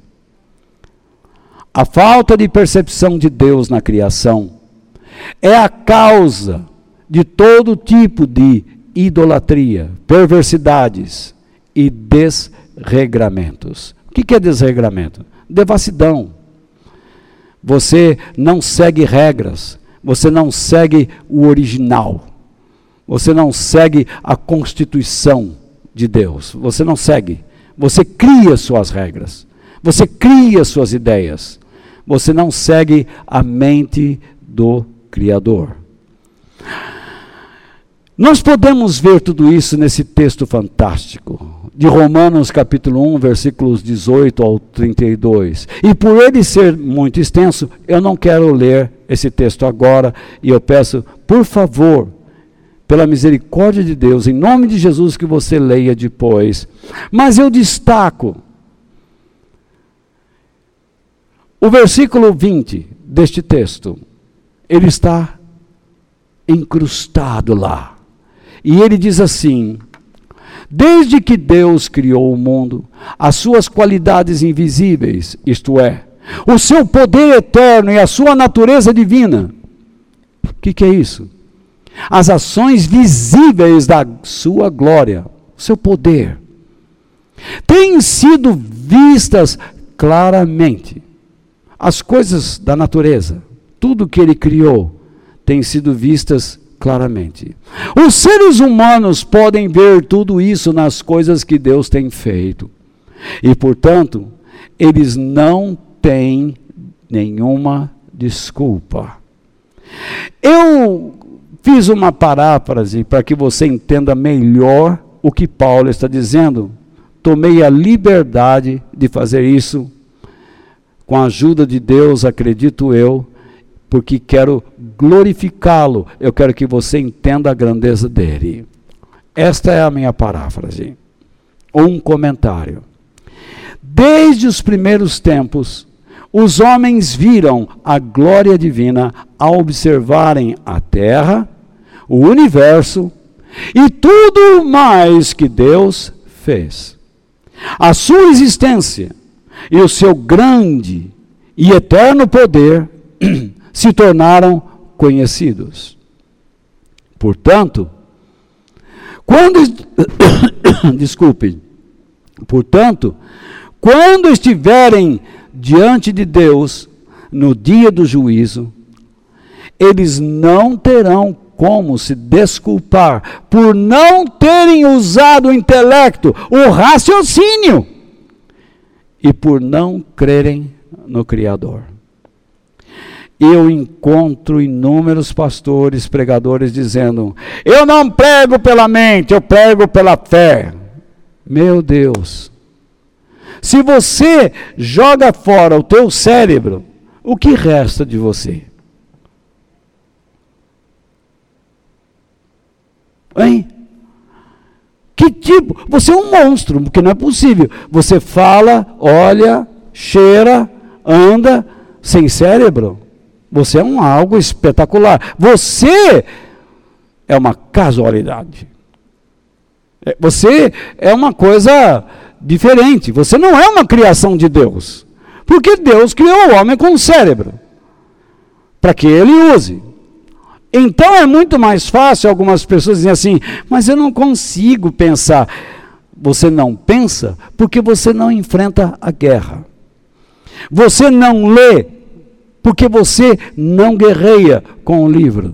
A falta de percepção de Deus na criação é a causa de todo tipo de idolatria, perversidades e desregramentos. O que é desregramento? Devassidão. Você não segue regras, você não segue o original, você não segue a Constituição de Deus, você não segue, você cria suas regras, você cria suas ideias, você não segue a mente do Criador. Nós podemos ver tudo isso nesse texto fantástico, de Romanos capítulo 1, versículos 18 ao 32. E por ele ser muito extenso, eu não quero ler esse texto agora, e eu peço, por favor, pela misericórdia de Deus, em nome de Jesus, que você leia depois. Mas eu destaco o versículo 20 deste texto. Ele está incrustado lá. E ele diz assim: desde que Deus criou o mundo, as suas qualidades invisíveis, isto é, o seu poder eterno e a sua natureza divina. O que é isso? As ações visíveis da sua glória, o seu poder, têm sido vistas claramente. As coisas da natureza, tudo que ele criou, tem sido vistas claramente. Os seres humanos podem ver tudo isso nas coisas que Deus tem feito. E, portanto, eles não têm nenhuma desculpa. Eu fiz uma paráfrase para que você entenda melhor o que Paulo está dizendo. Tomei a liberdade de fazer isso com a ajuda de Deus, acredito eu, porque quero glorificá-lo, eu quero que você entenda a grandeza dele. Esta é a minha paráfrase, um comentário. Desde os primeiros tempos, os homens viram a glória divina ao observarem a terra, o universo e tudo mais que Deus fez. A sua existência e o seu grande e eterno poder se tornaram conhecidos. Portanto, quando estiverem diante de Deus no dia do juízo, eles não terão como se desculpar por não terem usado o intelecto, o raciocínio, e por não crerem no Criador. Eu encontro inúmeros pastores, pregadores dizendo: eu não prego pela mente, eu prego pela fé. Meu Deus! Se você joga fora o teu cérebro, o que resta de você? Hein? Que tipo? Você é um monstro, porque não é possível. Você fala, olha, cheira, anda, sem cérebro. Você é algo espetacular. Você é uma casualidade. Você é uma coisa diferente. Você não é uma criação de Deus. Porque Deus criou o homem com um cérebro, para que ele use. Então é muito mais fácil algumas pessoas dizem assim: mas eu não consigo pensar. Você não pensa porque você não enfrenta a guerra. Você não lê porque você não guerreia com o livro.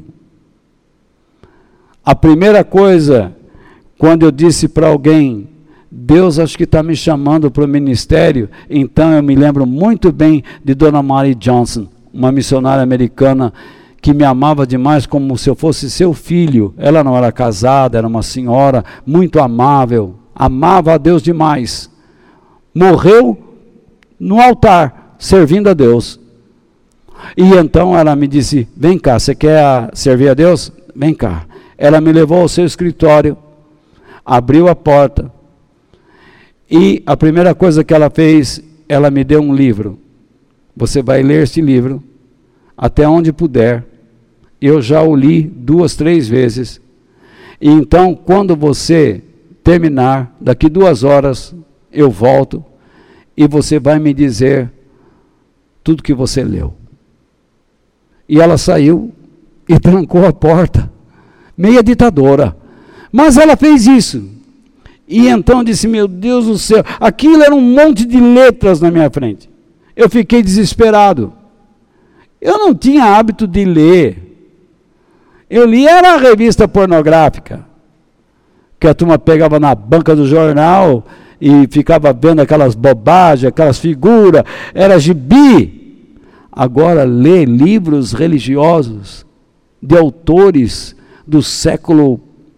A primeira coisa, quando eu disse para alguém: Deus acho que está me chamando para o ministério, então eu me lembro muito bem de Dona Mary Johnson, uma missionária americana que me amava demais como se eu fosse seu filho. Ela não era casada, era uma senhora muito amável, amava a Deus demais. Morreu no altar, servindo a Deus. E então ela me disse, vem cá, você quer servir a Deus? Vem cá. Ela me levou ao seu escritório, abriu a porta, e a primeira coisa que ela fez, ela me deu um livro. Você vai ler este livro, até onde puder. Eu já o li 2, 3 vezes. E então, quando você terminar, daqui 2 horas, eu volto, e você vai me dizer tudo que você leu. E ela saiu e trancou a porta, meia ditadora. Mas ela fez isso. E então disse, meu Deus do céu, aquilo era um monte de letras na minha frente. Eu fiquei desesperado. Eu não tinha hábito de ler. Eu li era a revista pornográfica, que a turma pegava na banca do jornal e ficava vendo aquelas bobagens, aquelas figuras, era gibi. Agora, ler livros religiosos de autores do século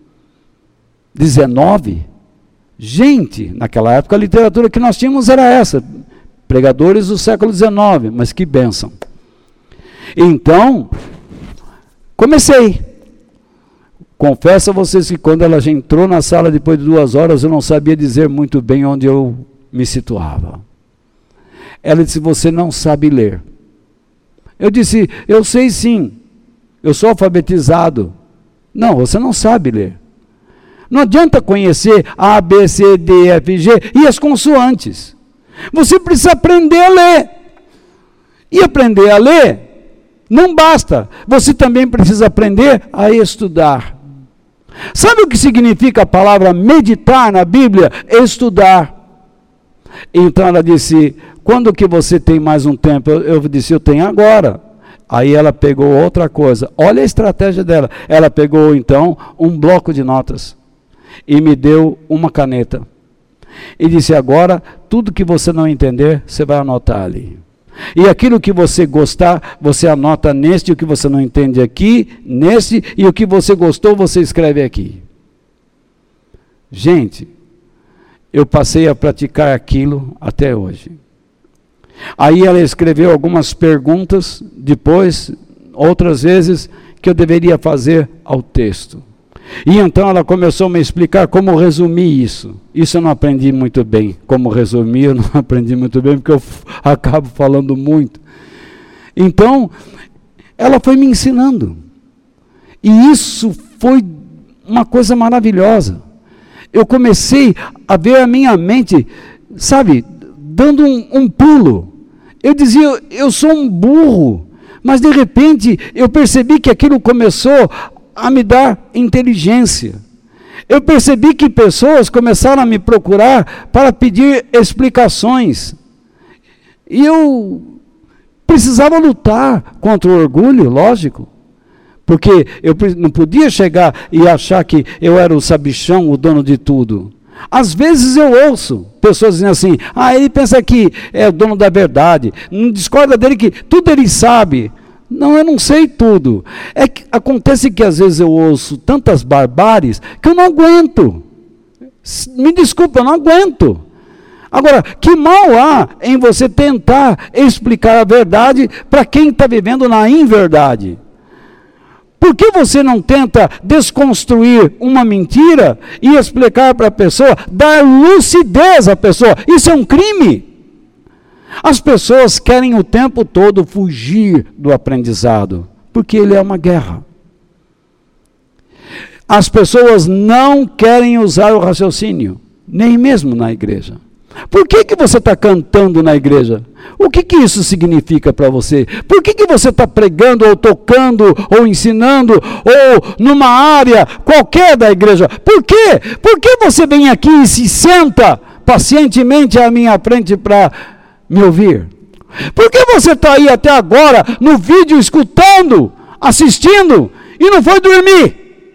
XIX. Gente, naquela época a literatura que nós tínhamos era essa, pregadores do século XIX, mas que bênção. Então, comecei. Confesso a vocês que quando ela já entrou na sala depois de 2 horas, eu não sabia dizer muito bem onde eu me situava. Ela disse, você não sabe ler. Eu disse, eu sei sim, eu sou alfabetizado. Não, você não sabe ler. Não adianta conhecer A, B, C, D, F, G e as consoantes. Você precisa aprender a ler. E aprender a ler não basta. Você também precisa aprender a estudar. Sabe o que significa a palavra meditar na Bíblia? Estudar. Então ela disse, quando que você tem mais um tempo? Eu disse, eu tenho agora. Aí ela pegou outra coisa. Olha a estratégia dela. Ela pegou então um bloco de notas e me deu uma caneta. E disse, agora, tudo que você não entender, você vai anotar ali. E aquilo que você gostar, você anota neste, o que você não entende aqui, nesse, e o que você gostou, você escreve aqui. Gente, eu passei a praticar aquilo até hoje. Aí ela escreveu algumas perguntas, depois, outras vezes, que eu deveria fazer ao texto. E então ela começou a me explicar como resumir isso. Isso eu não aprendi muito bem. Como resumir, eu não aprendi muito bem, porque eu acabo falando muito. Então, ela foi me ensinando. E isso foi uma coisa maravilhosa. Eu comecei a ver a minha mente, sabe, dando um pulo. Eu dizia, eu sou um burro. Mas de repente, eu percebi que aquilo começou a me dar inteligência. Eu percebi que pessoas começaram a me procurar para pedir explicações. E eu precisava lutar contra o orgulho, lógico. Porque eu não podia chegar e achar que eu era o sabichão, o dono de tudo. Às vezes eu ouço pessoas dizendo assim, ele pensa que é o dono da verdade, não discorda dele que tudo ele sabe. Não, eu não sei tudo. É que acontece que às vezes eu ouço tantas barbáries que eu não aguento. Me desculpa, eu não aguento. Agora, que mal há em você tentar explicar a verdade para quem está vivendo na inverdade? Por que você não tenta desconstruir uma mentira e explicar para a pessoa, dar lucidez à pessoa? Isso é um crime. As pessoas querem o tempo todo fugir do aprendizado, porque ele é uma guerra. As pessoas não querem usar o raciocínio, nem mesmo na igreja. Por que você está cantando na igreja? O que isso significa para você? Por que você está pregando, ou tocando, ou ensinando, ou numa área qualquer da igreja? Por quê? Por que você vem aqui e se senta pacientemente à minha frente para me ouvir? Por que você está aí até agora no vídeo escutando, assistindo e não foi dormir?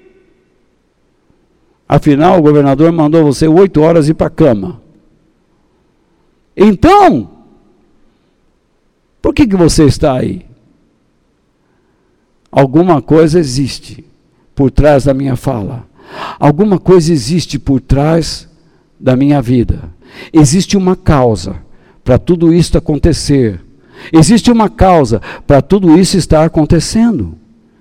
Afinal, o governador mandou você 8 horas ir para a cama. Então, por que você está aí? Alguma coisa existe por trás da minha fala. Alguma coisa existe por trás da minha vida. Existe uma causa para tudo isso acontecer. Existe uma causa para tudo isso estar acontecendo.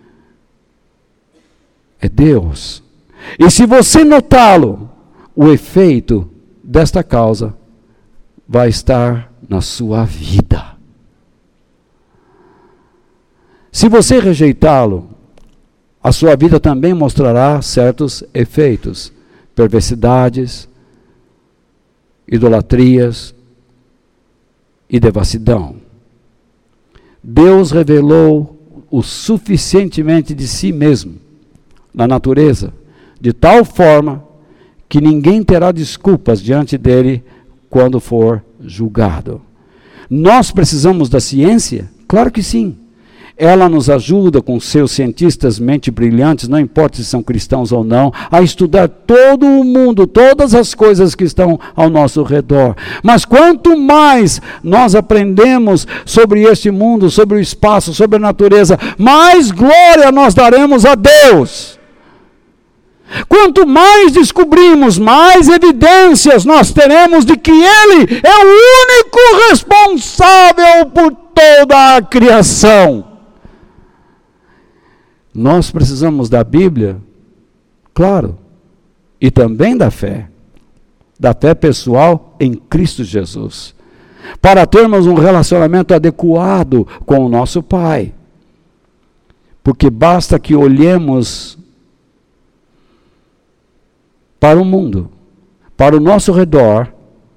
É Deus. E se você notá-lo, o efeito desta causa vai estar na sua vida. Se você rejeitá-lo, a sua vida também mostrará certos efeitos, perversidades, idolatrias e devassidão. Deus revelou o suficientemente de si mesmo na natureza, de tal forma que ninguém terá desculpas diante dele quando for julgado. Nós precisamos da ciência? Claro que sim. Ela nos ajuda com seus cientistas mente brilhantes, não importa se são cristãos ou não, a estudar todo o mundo, todas as coisas que estão ao nosso redor. Mas quanto mais nós aprendemos sobre este mundo, sobre o espaço, sobre a natureza, mais glória nós daremos a Deus. Quanto mais descobrimos, mais evidências nós teremos de que Ele é o único responsável por toda a criação. Nós precisamos da Bíblia, claro, e também da fé pessoal em Cristo Jesus, para termos um relacionamento adequado com o nosso Pai. Porque basta que olhemos para o mundo, para o nosso redor,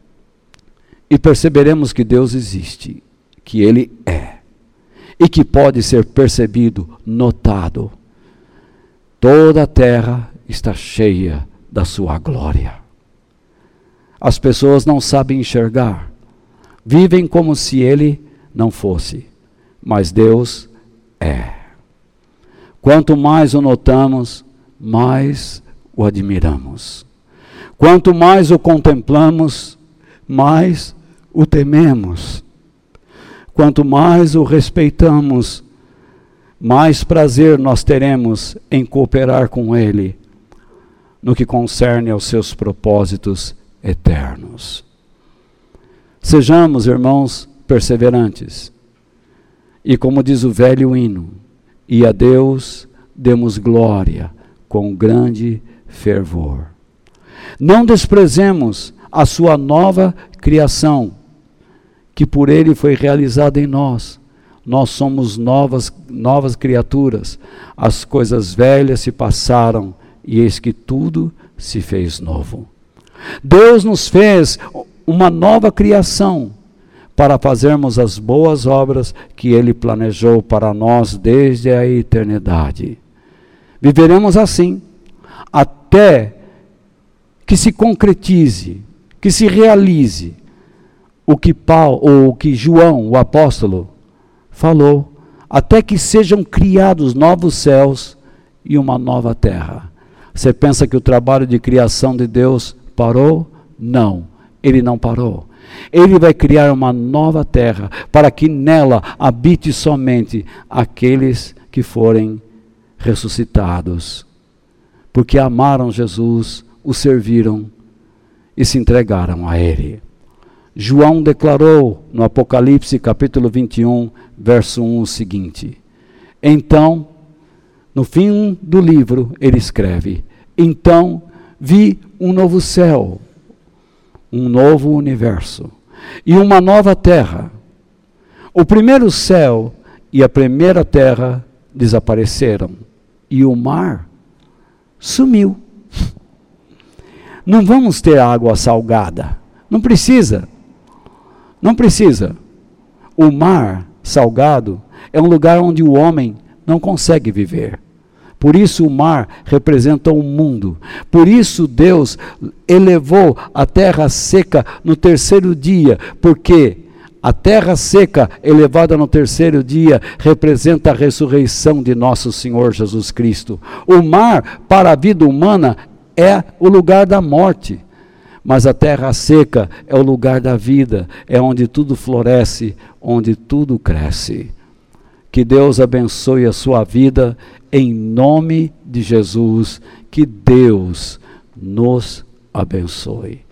e perceberemos que Deus existe, que Ele é, e que pode ser percebido, notado. Toda a terra está cheia da sua glória. As pessoas não sabem enxergar, vivem como se Ele não fosse, mas Deus é. Quanto mais o notamos, mais o admiramos. Quanto mais o contemplamos, mais o tememos. Quanto mais o respeitamos, mais prazer nós teremos em cooperar com Ele no que concerne aos seus propósitos eternos. Sejamos, irmãos, perseverantes. E como diz o velho hino, e a Deus demos glória com grande fervor. Não desprezemos a sua nova criação, que por Ele foi realizada em nós. Nós somos novas criaturas. As coisas velhas se passaram e eis que tudo se fez novo. Deus nos fez uma nova criação para fazermos as boas obras que Ele planejou para nós desde a eternidade. Viveremos assim até que se concretize, que se realize o que João, o apóstolo, falou, até que sejam criados novos céus e uma nova terra. Você pensa que o trabalho de criação de Deus parou? Não, Ele não parou. Ele vai criar uma nova terra, para que nela habite somente aqueles que forem ressuscitados, porque amaram Jesus, o serviram e se entregaram a Ele. João declarou no Apocalipse capítulo 21, verso 1 o seguinte: então, no fim do livro, ele escreve: então vi um novo céu, um novo universo e uma nova terra. O primeiro céu e a primeira terra desapareceram e o mar sumiu. Não vamos ter água salgada, não precisa. Não precisa. O mar salgado é um lugar onde o homem não consegue viver. Por isso o mar representa o mundo. Por isso Deus elevou a terra seca no terceiro dia, porque a terra seca elevada no terceiro dia representa a ressurreição de nosso Senhor Jesus Cristo. O mar, para a vida humana, é o lugar da morte. Mas a terra seca é o lugar da vida, é onde tudo floresce, onde tudo cresce. Que Deus abençoe a sua vida, em nome de Jesus. Que Deus nos abençoe.